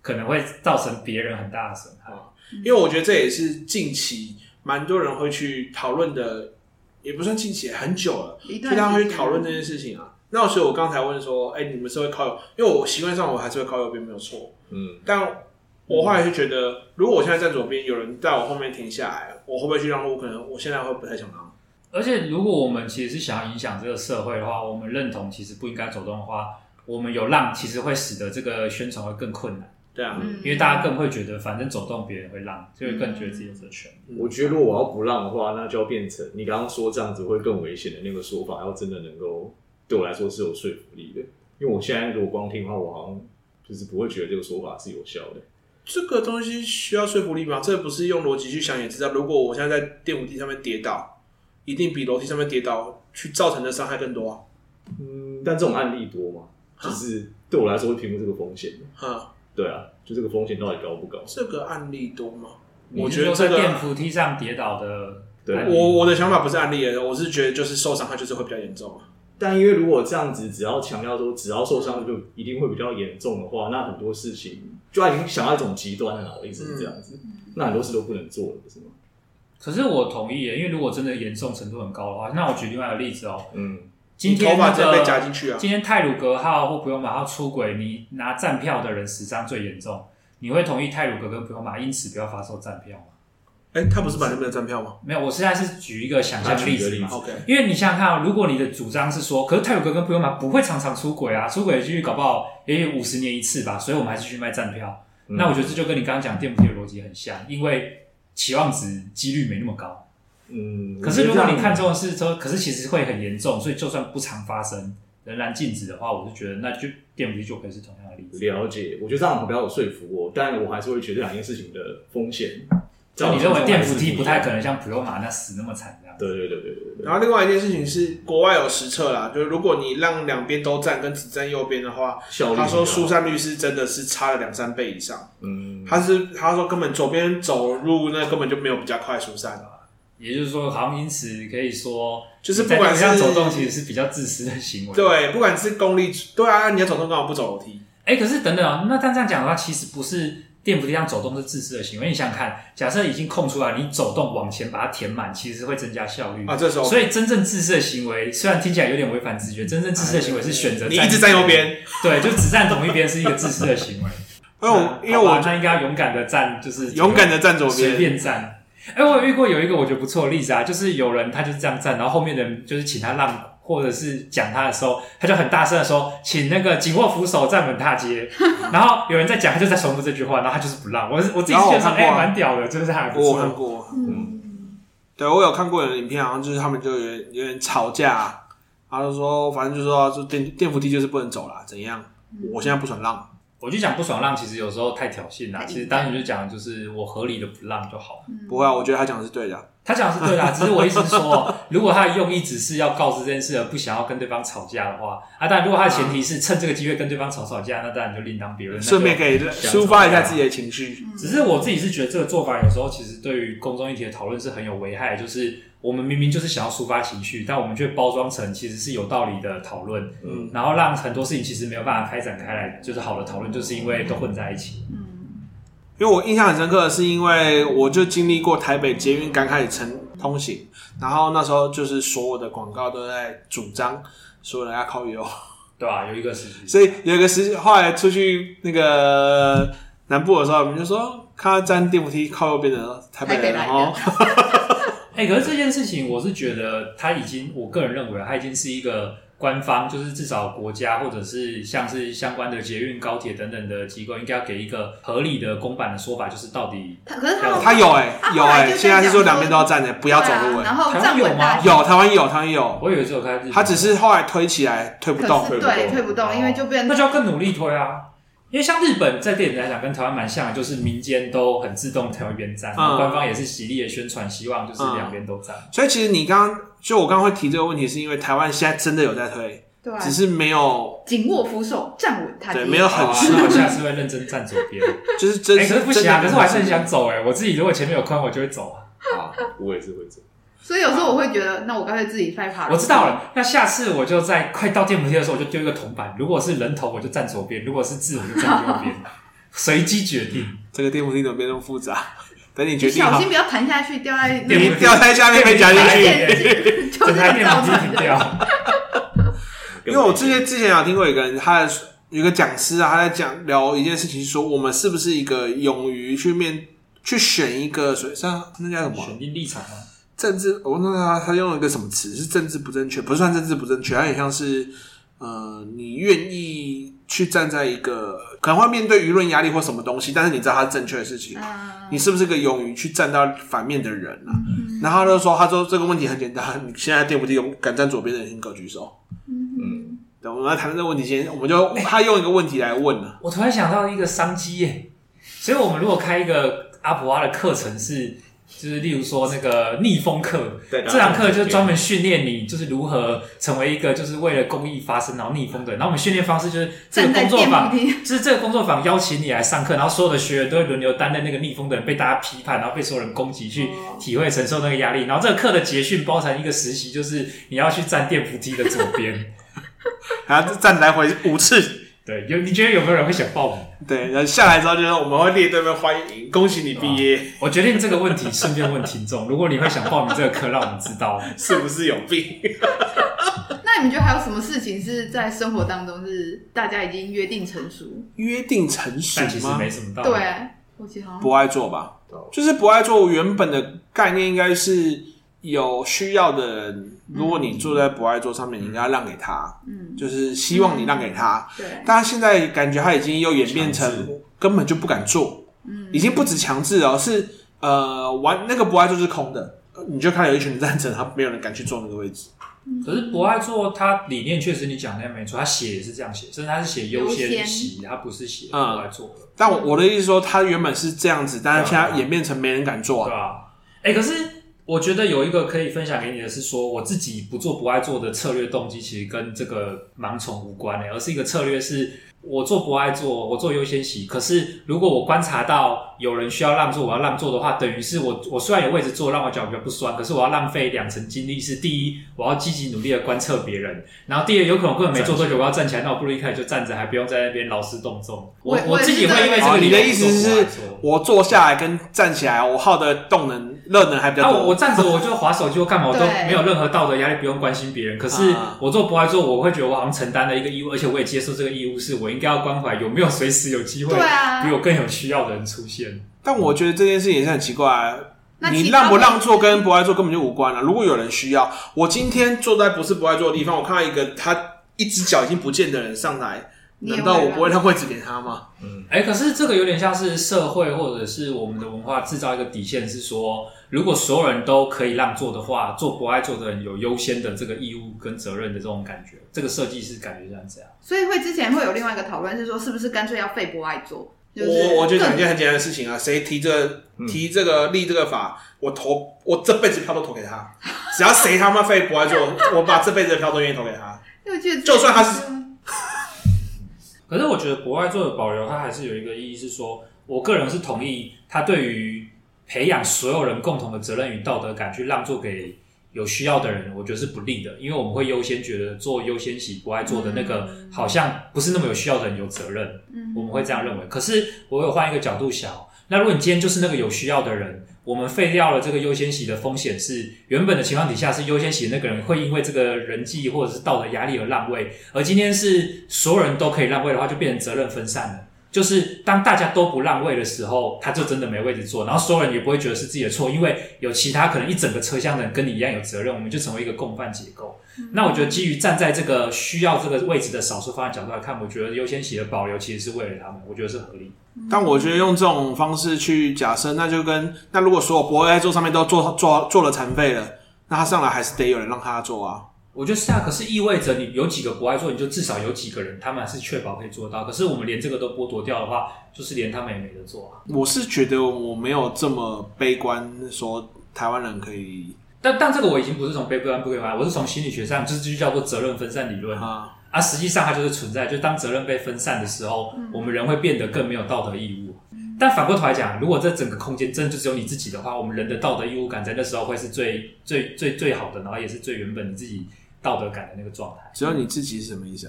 [SPEAKER 2] 可能会造成别人很大的损害。
[SPEAKER 1] 因为我觉得这也是近期蛮多人会去讨论的，也不算近期，很久了，所以大家会去讨论这件事情啊。那所以我刚才问说，哎、欸，你们是会靠右？因为我习惯上我还是会靠右边，没有错。嗯，但我后来就觉得，如果我现在站左边，有人在我后面停下来，我会不会去让路？可能我现在会不太想让。
[SPEAKER 2] 而且，如果我们其实是想要影响这个社会的话，我们认同其实不应该走动的话，我们有让，其实会使得这个宣传会更困难。
[SPEAKER 1] 对啊，
[SPEAKER 2] 因为大家更会觉得，反正走动别人会让，就会更觉得自己有这个权利。
[SPEAKER 4] 我觉得如果我要不让的话，那就要变成你刚刚说这样子会更危险的那个说法，要真的能够对我来说是有说服力的。因为我现在如果光听的话，我好像就是不会觉得这个说法是有效的。
[SPEAKER 1] 这个东西需要说服力吗？这不是用逻辑去想也知道，如果我现在在电扶梯上面跌倒，一定比楼梯上面跌倒去造成的伤害更多啊。
[SPEAKER 4] 嗯，但这种案例多嘛，就是对我来说会评估这个风险的。对啊，就这个风险到底高不高？
[SPEAKER 1] 这个案例多吗？
[SPEAKER 2] 我觉得在电扶梯上跌倒的，
[SPEAKER 4] 对，
[SPEAKER 1] 我我的想法不是案例的，我是觉得就是受伤害就是会比较严重啊。
[SPEAKER 4] 但因为如果这样子，只要强调说只要受伤就一定会比较严重的话，那很多事情就已经想到一种极端了，我意思是这样子，嗯、那很多事都不能做了，不是吗？
[SPEAKER 2] 可是我同意耶，因为如果真的严重程度很高的话，那我举另外一个例子哦，
[SPEAKER 1] 嗯。
[SPEAKER 2] 今天
[SPEAKER 1] 那个被夹进去啊！
[SPEAKER 2] 今天太鲁阁号或普悠玛号出轨，你拿站票的人死伤最严重，你会同意太鲁阁跟普悠玛因此不要发售站票吗？
[SPEAKER 1] 哎、欸，他不是本来没有站票吗？
[SPEAKER 2] 没有，我现在是举一个想象例子嘛。
[SPEAKER 1] OK，
[SPEAKER 2] 因为你想想看、哦，如果你的主张是说，可是太鲁阁跟普悠玛不会常常出轨啊，出轨的几率搞不好也有五十年一次吧，所以我们还是去卖站票。嗯、那我觉得这就跟你刚刚讲电扶梯的逻辑很像，因为期望值几率没那么高。
[SPEAKER 4] 嗯，
[SPEAKER 2] 可是如果你看中的是说，可是其实会很严重，所以就算不常发生，仍然禁止的话，我就觉得那就电扶梯就可以是同样的例子。
[SPEAKER 4] 了解，我觉得这样比较有说服我，但我还是会觉得这两件事情的风险。
[SPEAKER 2] 就你认为电扶梯不太可能像普悠玛那死那么惨这样？
[SPEAKER 4] 对对对对对对。
[SPEAKER 1] 然后另外一件事情是，国外有实测啦，就是如果你让两边都站跟只站右边的话，他说疏散率是真的是差了两三倍以上。嗯，他是他说根本左边走路那根本就没有比较快疏散了。
[SPEAKER 2] 也就是说，好像因此可以说，
[SPEAKER 1] 就是不管是
[SPEAKER 2] 在走动，其实是比较自私的行为。
[SPEAKER 1] 对，不管是功力，对啊，你要走动干嘛不走楼梯？
[SPEAKER 2] 哎、欸，可是等等哦，那但这样讲的话，其实不是电扶梯上走动是自私的行为。你想想看，假设已经空出来，你走动往前把它填满，其实会增加效率
[SPEAKER 1] 啊。这时候，
[SPEAKER 2] 所以真正自私的行为，虽然听起来有点违反直觉，真正自私的行为是选择
[SPEAKER 1] 你一直站右边，
[SPEAKER 2] 对，就只站同一边是一个自私的行为。
[SPEAKER 1] 因为我因为我
[SPEAKER 2] 那应该要勇敢的站，就是
[SPEAKER 1] 勇敢的站左边，
[SPEAKER 2] 随便站。哎、欸，我有遇过有一个我觉得不错的例子啊，就是有人他就是这样站，然后后面的人就是请他让，或者是讲他的时候，他就很大声的说，请那个紧握扶手，站稳踏阶。然后有人在讲，他就在重复这句话，然后他就是不让。我我自己觉得说，哎，蛮、欸、屌的，就是还不错。
[SPEAKER 1] 我看过，嗯，对我有看过有的影片，好像就是他们就有点有点吵架，然后就说，反正就说，就电电扶梯就是不能走啦，怎样？我现在不爽让。
[SPEAKER 2] 我就讲不爽让，其实有时候太挑衅啦。其实单纯就讲就是我合理的不让就好了。
[SPEAKER 1] 嗯、不会啊，我觉得他讲的是对的、啊。
[SPEAKER 2] 他讲的是对的、啊，只是我意思是说，如果他的用意只是要告知这件事，而不想要跟对方吵架的话，啊，当然如果他的前提是趁这个机会跟对方吵吵架，那当然就另当别论。
[SPEAKER 1] 顺便可以抒发一下自己的情绪。
[SPEAKER 2] 只是我自己是觉得这个做法有时候其实对于公众议题的讨论是很有危害，就是我们明明就是想要抒发情绪，但我们却包装成其实是有道理的讨论，嗯，然后让很多事情其实没有办法开展开来，就是好的讨论，就是因为都混在一起。嗯，
[SPEAKER 1] 因为我印象很深刻的是，因为我就经历过台北捷运刚开始成通行，然后那时候就是所有的广告都在主张所有人要靠右，
[SPEAKER 2] 对啊，有一个时期，
[SPEAKER 1] 所以有一个时期，后来出去那个南部的时候，我们就说看到站电扶梯靠右边的台北人哦。
[SPEAKER 2] 哎、欸，可是这件事情，我是觉得他已经，我个人认为，他已经是一个官方，就是至少国家或者是像是相关的捷运、高铁等等的机构，应该要给一个合理的公版的说法，就是到底。
[SPEAKER 3] 可是他
[SPEAKER 1] 他有哎、欸，有哎、欸，现在是说两边都要站的、欸，不要走路哎、欸。
[SPEAKER 3] 然后站稳大街。
[SPEAKER 1] 有台湾有，台湾有。
[SPEAKER 2] 我以为只有开日。
[SPEAKER 1] 他只是后来推起来推不动，
[SPEAKER 3] 对，推不动，因为就变。
[SPEAKER 2] 那就要更努力推啊。因为像日本在电影来讲跟台湾蛮像的，就是民间都很自动挑一边站，嗯、官方也是极力的宣传，希望就是两边都站、嗯。
[SPEAKER 1] 所以其实你刚刚就我刚刚会提这个问题，是因为台湾现在真的有在推，
[SPEAKER 3] 对、啊，
[SPEAKER 1] 只是没有
[SPEAKER 3] 紧握扶手，站稳踏阶，
[SPEAKER 1] 对，没有很
[SPEAKER 2] 顺。那我下次会认真站左边，
[SPEAKER 1] 就是真。
[SPEAKER 2] 哎、欸，可是不行啊！可是我还是很想走哎、欸，我自己如果前面有坑，我就会走啊。
[SPEAKER 4] 啊，我也是会走。
[SPEAKER 3] 所以有时候我会觉得，那我干脆自己再爬。
[SPEAKER 2] 我知道了，那下次我就在快到电扶梯的时候，我就丢一个铜板。如果是人头，我就站左边；如果是字，我就站右边。 随机决定。
[SPEAKER 1] 这个电扶梯怎么变那么复杂？等你决定好，
[SPEAKER 3] 小心不要弹下去，掉在
[SPEAKER 1] 你掉在下面被夹进
[SPEAKER 3] 去，
[SPEAKER 2] 整台电扶梯停掉。
[SPEAKER 1] 因为我之前之前有听过一个人，他的有一个讲师啊，他在讲聊一件事情，说我们是不是一个勇于去面去选一个水上那叫什么？
[SPEAKER 2] 选定立场吗？
[SPEAKER 1] 政治，我问他，他用了一个什么词？是政治不正确，不是算政治不正确，它也像是呃，你愿意去站在一个可能会面对舆论压力或什么东西，但是你知道它是正确的事情，嗯、你是不是个勇于去站到反面的人啊？嗯、然后他就说，他说这个问题很简单，你现在电扶梯有敢站左边的人，请给我举手。嗯，对，我们来谈这个问题先，我们就他用一个问题来问了。
[SPEAKER 2] 我突然想到一个商机耶，所以我们如果开一个阿普蛙的课程是。就是例如说那个逆风课，这堂课就专门训练你，就是如何成为一个就是为了公益发声然后逆风的人。然后我们训练方式就是这个工作坊，就是这个工作坊邀请你来上课，然后所有的学员都会轮流担任那个逆风的人，被大家批判，然后被所有人攻击，去体会承受那个压力。然后这个课的结训包成一个实习，就是你要去站电扶梯的左边，
[SPEAKER 1] 然后站来回五次。
[SPEAKER 2] 对，有你觉得有没有人会想报名？
[SPEAKER 1] 对，然后下来之后就是我们会列队面欢迎，恭喜你毕业。
[SPEAKER 2] 啊、我决定这个问题，顺便问听众，如果你会想报名这个课，让我们知道
[SPEAKER 1] 是不是有病。
[SPEAKER 3] 那你们觉得还有什么事情是在生活当中是大家已经约定成熟？
[SPEAKER 1] 约定成熟吗？
[SPEAKER 2] 但其实没什么道理。
[SPEAKER 3] 对，我其实好像
[SPEAKER 1] 不爱做吧，就是不爱做。原本的概念应该是有需要的人。如果你坐在不爱坐上面，你应该让给他，嗯，就是希望你让给他。
[SPEAKER 3] 对，
[SPEAKER 1] 但现在感觉他已经又演变成根本就不敢做，嗯，已经不止强制哦，是呃玩那个不爱坐是空的，你就看有一群人站着，他没有人敢去坐那个位置。
[SPEAKER 2] 可是不爱做，他理念确实你讲的没错，他写也是这样写，甚至他是写优先席，他不是写不爱做的。
[SPEAKER 1] 嗯、但我我的意思说，他原本是这样子，但是现在演变成没人敢做啊。
[SPEAKER 2] 对啊，哎、欸，可是。我觉得有一个可以分享给你的是说，我自己不做不爱做的策略动机，其实跟这个盲从无关诶，而是一个策略是，我做不爱做，我做优先席。可是如果我观察到有人需要让座，我要让座的话，等于是我我虽然有位置坐，让我脚比较不酸，可是我要浪费两层精力，是第一，我要积极努力的观测别人，然后第二，有可能根本没做多久，我要站起来，那我不如一开始就站着，还不用在那边劳师动众。我我自己会因为这个理由，
[SPEAKER 1] 你的意思是我坐下来跟站起来，我耗的动能。热能还比较多。
[SPEAKER 2] 啊、我, 我站着我就滑手机，我干嘛我都没有任何道德压力，不用关心别人。可是我做不爱做，我会觉得我好像承担了一个义务，而且我也接受这个义务，是我应该要关怀有没有随时有机会比我更有需要的人出现。
[SPEAKER 1] 但我觉得这件事也是很奇怪、啊。你让不让座跟不爱座根本就无关了、啊。如果有人需要，我今天坐在不是不爱座的地方，我看到一个他一只脚已经不见的人上来。难道我不会让位置给他吗？
[SPEAKER 2] 嗯，哎、欸，可是这个有点像是社会或者是我们的文化制造一个底线，是说，如果所有人都可以让座的话，做不爱做的人有优先的这个义务跟责任的这种感觉。这个设计是感觉像这样。
[SPEAKER 3] 所以会之前会有另外一个讨论是说，是不是干脆要废不爱做？就是、
[SPEAKER 1] 我我就讲一件很简单的事情啊，谁提这提这个立这个法，我投我这辈子票都投给他。只要谁他妈废不爱做，我把这辈子的票都愿意投给他。就算他是。
[SPEAKER 2] 可是我觉得不爱做的保留，它还是有一个意义，是说，我个人是同意它对于培养所有人共同的责任与道德感去让座给有需要的人，我觉得是不利的，因为我们会优先觉得做优先席不爱做的那个好像不是那么有需要的人有责任，我们会这样认为。可是我有换一个角度想，那如果你今天就是那个有需要的人，我们废掉了这个优先席的风险是，原本的情况底下是优先席的那个人会因为这个人际或者是道德压力而让位，而今天是所有人都可以让位的话，就变成责任分散了。就是当大家都不让位的时候，他就真的没位置坐，然后所有人也不会觉得是自己的错，因为有其他可能一整个车厢的人跟你一样有责任，我们就成为一个共犯结构。嗯、那我觉得基于站在这个需要这个位置的少数方的角度来看，我觉得优先席的保留其实是为了他们，我觉得是合理。
[SPEAKER 1] 但我觉得用这种方式去假设，那就跟那如果所有不会在座上面都做做做了残废了，那他上来还是得有人让他做啊。
[SPEAKER 2] 我觉得是啊，可是意味着你有几个不爱做，你就至少有几个人他们还是确保可以做到。可是我们连这个都剥夺掉的话，就是连他们也没得做啊。
[SPEAKER 1] 我是觉得我没有这么悲观，说台湾人可以。
[SPEAKER 2] 但但这个我已经不是从悲观不悲观，我是从心理学上，就是就叫做责任分散理论啊。啊，实际上它就是存在，就当责任被分散的时候，嗯、我们人会变得更没有道德义务。但反过头来讲，如果这整个空间真的就只有你自己的话，我们人的道德义务感在那时候会是最最最最好的，然后也是最原本你自己道德感的那个状态。
[SPEAKER 1] 只有你自己是什么意思啊？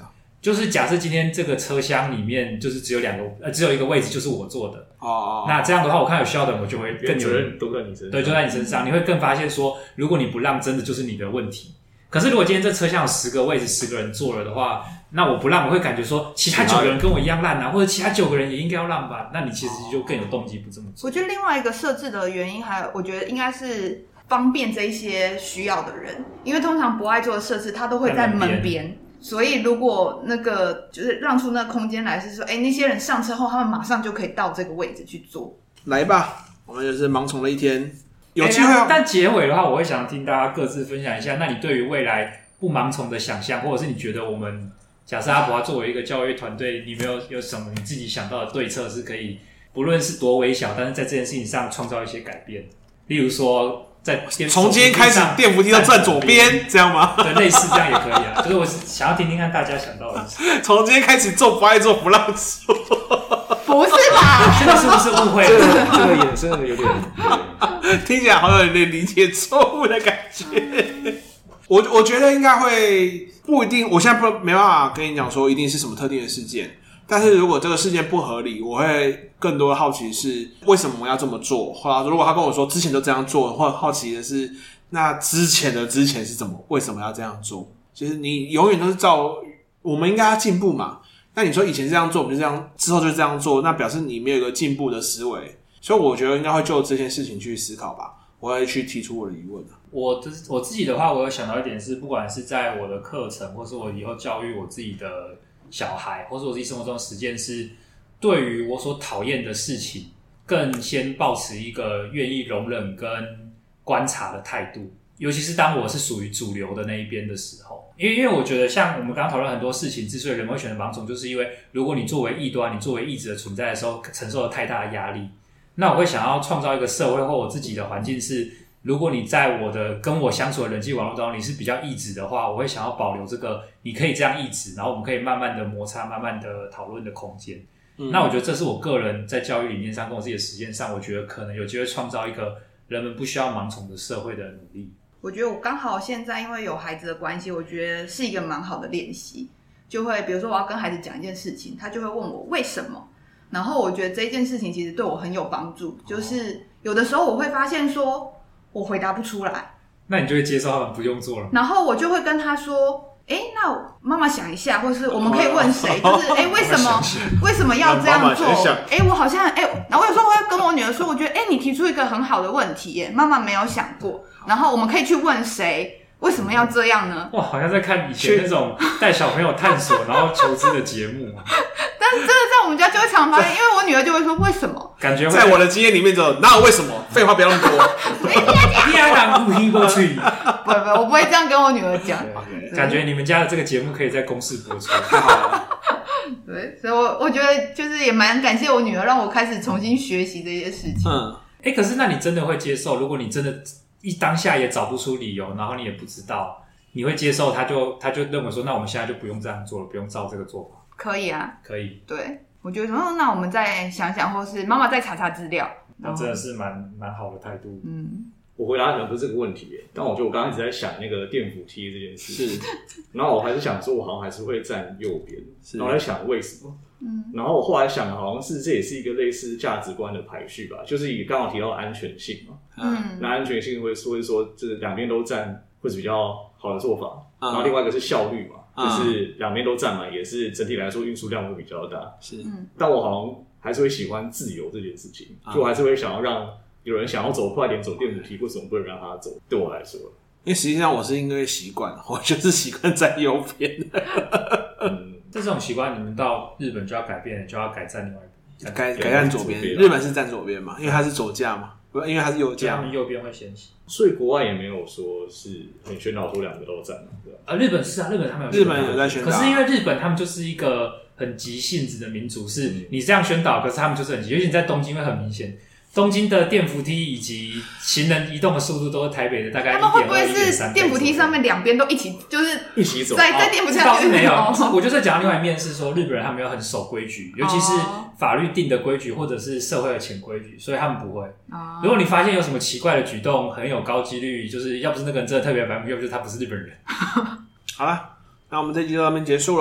[SPEAKER 2] 就是假设今天这个车厢里面就是只有两个呃只有一个位置就是我坐的哦，那这样的话我看有需要的人我就会更有
[SPEAKER 4] 责任都在你身上，
[SPEAKER 2] 对，就在你身上，你会更发现说如果你不让真的就是你的问题。可是如果今天这车厢有十个位置十个人坐了的话，那我不让我会感觉说其他九个人跟我一样烂啊，或者其他九个人也应该要让吧，那你其实就更有动机不这么做。
[SPEAKER 3] 我觉得另外一个设置的原因还有我觉得应该是方便这一些需要的人，因为通常博爱座的设置它都会在门边，所以如果那个就是让出那个空间来是说，哎，那些人上车后他们马上就可以到这个位置去坐。
[SPEAKER 1] 来吧，我们就是盲从的一天，有机会、
[SPEAKER 2] 欸、但结尾的话我会想听大家各自分享一下，那你对于未来不盲从的想象，或者是你觉得我们假设阿博作为一个教育团队，你没有有什么你自己想到的对策是可以不论是多微小，但是在这件事情上创造一些改变，例如说在
[SPEAKER 1] 从今天开始电扶梯都站左边这样吗？
[SPEAKER 2] 对，类似这样也可以啊。就是我想要听听看大家想到的
[SPEAKER 1] 从今天开始做不爱做不让做
[SPEAKER 3] 不是吧？
[SPEAKER 2] 这个是不是误会了？
[SPEAKER 4] 这个眼神有点
[SPEAKER 1] 听起来好像有点理解错误的感觉。我我觉得应该会不一定，我现在不没办法跟你讲说一定是什么特定的事件，但是如果这个事件不合理，我会更多的好奇是为什么我要这么做。后来如果他跟我说之前都这样做，或好奇的是那之前的之前是怎么为什么要这样做？其实你永远都是照我们应该要进步嘛。那你说以前这样做，我们就这样，之后就这样做，那表示你没有一个进步的思维。所以我觉得应该会就这件事情去思考吧，我会去提出我的疑问。
[SPEAKER 2] 我我自己的话，我有想到一点是，不管是在我的课程，或是我以后教育我自己的小孩，或是我自己生活中的实践，是对于我所讨厌的事情，更先抱持一个愿意容忍跟观察的态度。尤其是当我是属于主流的那一边的时候，因为因为我觉得像我们刚刚讨论很多事情，之所以人们会选择盲从，就是因为如果你作为异端，你作为异质的存在的时候，承受了太大的压力。那我会想要创造一个社会或我自己的环境是，如果你在我的跟我相处的人际网络当中你是比较异质的话，我会想要保留这个你可以这样异质，然后我们可以慢慢的摩擦，慢慢的讨论的空间。嗯、那我觉得这是我个人在教育理念上跟我自己的实践上，我觉得可能有机会创造一个人们不需要盲从的社会的努力。
[SPEAKER 3] 我觉得我刚好现在因为有孩子的关系，我觉得是一个蛮好的练习。就会比如说我要跟孩子讲一件事情，他就会问我为什么，然后我觉得这件事情其实对我很有帮助。就是有的时候我会发现说我回答不出来，
[SPEAKER 2] 那你就会接受他们不用做了，
[SPEAKER 3] 然后我就会跟他说，哎，那妈妈想一下，或是我们可以问谁，就是哎，为什么为什么要这样做？哎，我好像哎，然后我有时候会跟我女儿说，我觉得哎，你提出一个很好的问题耶，妈妈没有想过，然后我们可以去问谁。为什么要这样呢？
[SPEAKER 2] 哇，好像在看以前那种带小朋友探索然后求知的节目。
[SPEAKER 3] 但是真的在我们家就会常发现，因为我女儿就会说为什么？
[SPEAKER 2] 感觉会
[SPEAKER 1] 在我的经验里面就哪有为什么？废话不要那么多。
[SPEAKER 2] 你还敢不听过去？
[SPEAKER 3] 不不，我不会这样跟我女儿讲。
[SPEAKER 2] 感觉你们家的这个节目可以在公视播出，
[SPEAKER 1] 太好了。
[SPEAKER 3] 对，所以我我觉得就是也蛮感谢我女儿，让我开始重新学习这些事情。
[SPEAKER 2] 嗯，哎、欸，可是那你真的会接受？如果你真的一当下也找不出理由，然后你也不知道，你会接受他就他就认为说，那我们现在就不用这样做了，不用照这个做法。
[SPEAKER 3] 可以啊，
[SPEAKER 2] 可以。
[SPEAKER 3] 对，我觉得说，那我们再想想，或是妈妈再查查资料。
[SPEAKER 2] 那真的是蛮蛮好的态度。
[SPEAKER 3] 嗯，
[SPEAKER 4] 我回答可能不是这个问题耶，但我觉得我刚刚一直在想那个电扶梯这件事情，
[SPEAKER 1] 是，
[SPEAKER 4] 然后我还是想说，我好像还是会站右边，然后我在想为什么。
[SPEAKER 3] 嗯，
[SPEAKER 4] 然后我后来想，好像是这也是一个类似价值观的排序吧，就是以刚好提到安全性嘛，
[SPEAKER 3] 嗯，
[SPEAKER 4] 那安全性会会说，就是两边都站会是比较好的做法，
[SPEAKER 1] 嗯、
[SPEAKER 4] 然后另外一个是效率嘛，嗯、就是两边都站嘛，也是整体来说运输量会比较大，
[SPEAKER 1] 是，
[SPEAKER 4] 但我好像还是会喜欢自由这件事情，就我还是会想要让有人想要走快点走电扶梯，为什么不能让他走？对我来说，
[SPEAKER 1] 因为实际上我是因为习惯，我就是习惯在右边。
[SPEAKER 2] 嗯。这种习惯，你们到日本就要改变，就要改站另外一边，
[SPEAKER 1] 改改站左边。日本是站左边嘛，因为它是左驾嘛，因为它是右驾，
[SPEAKER 2] 他们右边会先行。
[SPEAKER 4] 所以国外也没有说是很宣导说两个都站嘛，对吧？
[SPEAKER 2] 啊，日本是啊，日本他们有
[SPEAKER 1] 日本有在宣导，
[SPEAKER 2] 可是因为日本他们就是一个很急性子的民族，是你这样宣导，可是他们就是很急，尤其你在东京会很明显。东京的电扶梯以及行人移动的速度都是台北的大概一点二、
[SPEAKER 3] 他们会不会是电扶梯上面两边都一起，就是
[SPEAKER 4] 一起走？
[SPEAKER 3] 在在电扶梯上
[SPEAKER 2] 倒是没有。我就在讲另外一面是说，日本人他们有很守规矩，尤其是法律定的规矩或者是社会的潜规矩，所以他们不会。如果你发现有什么奇怪的举动，很有高几率，就是要不是那个人真的特别白目，要不就是他不是日本人。
[SPEAKER 1] 好了，那我们这集就到这边结束喽。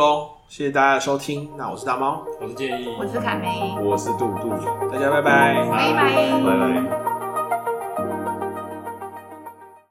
[SPEAKER 1] 谢谢大家的收听。那我是大猫，
[SPEAKER 5] 我是建议，
[SPEAKER 3] 我是凯梅，
[SPEAKER 4] 我是杜杜，
[SPEAKER 1] 大家拜拜，
[SPEAKER 3] 拜拜，
[SPEAKER 4] 拜拜。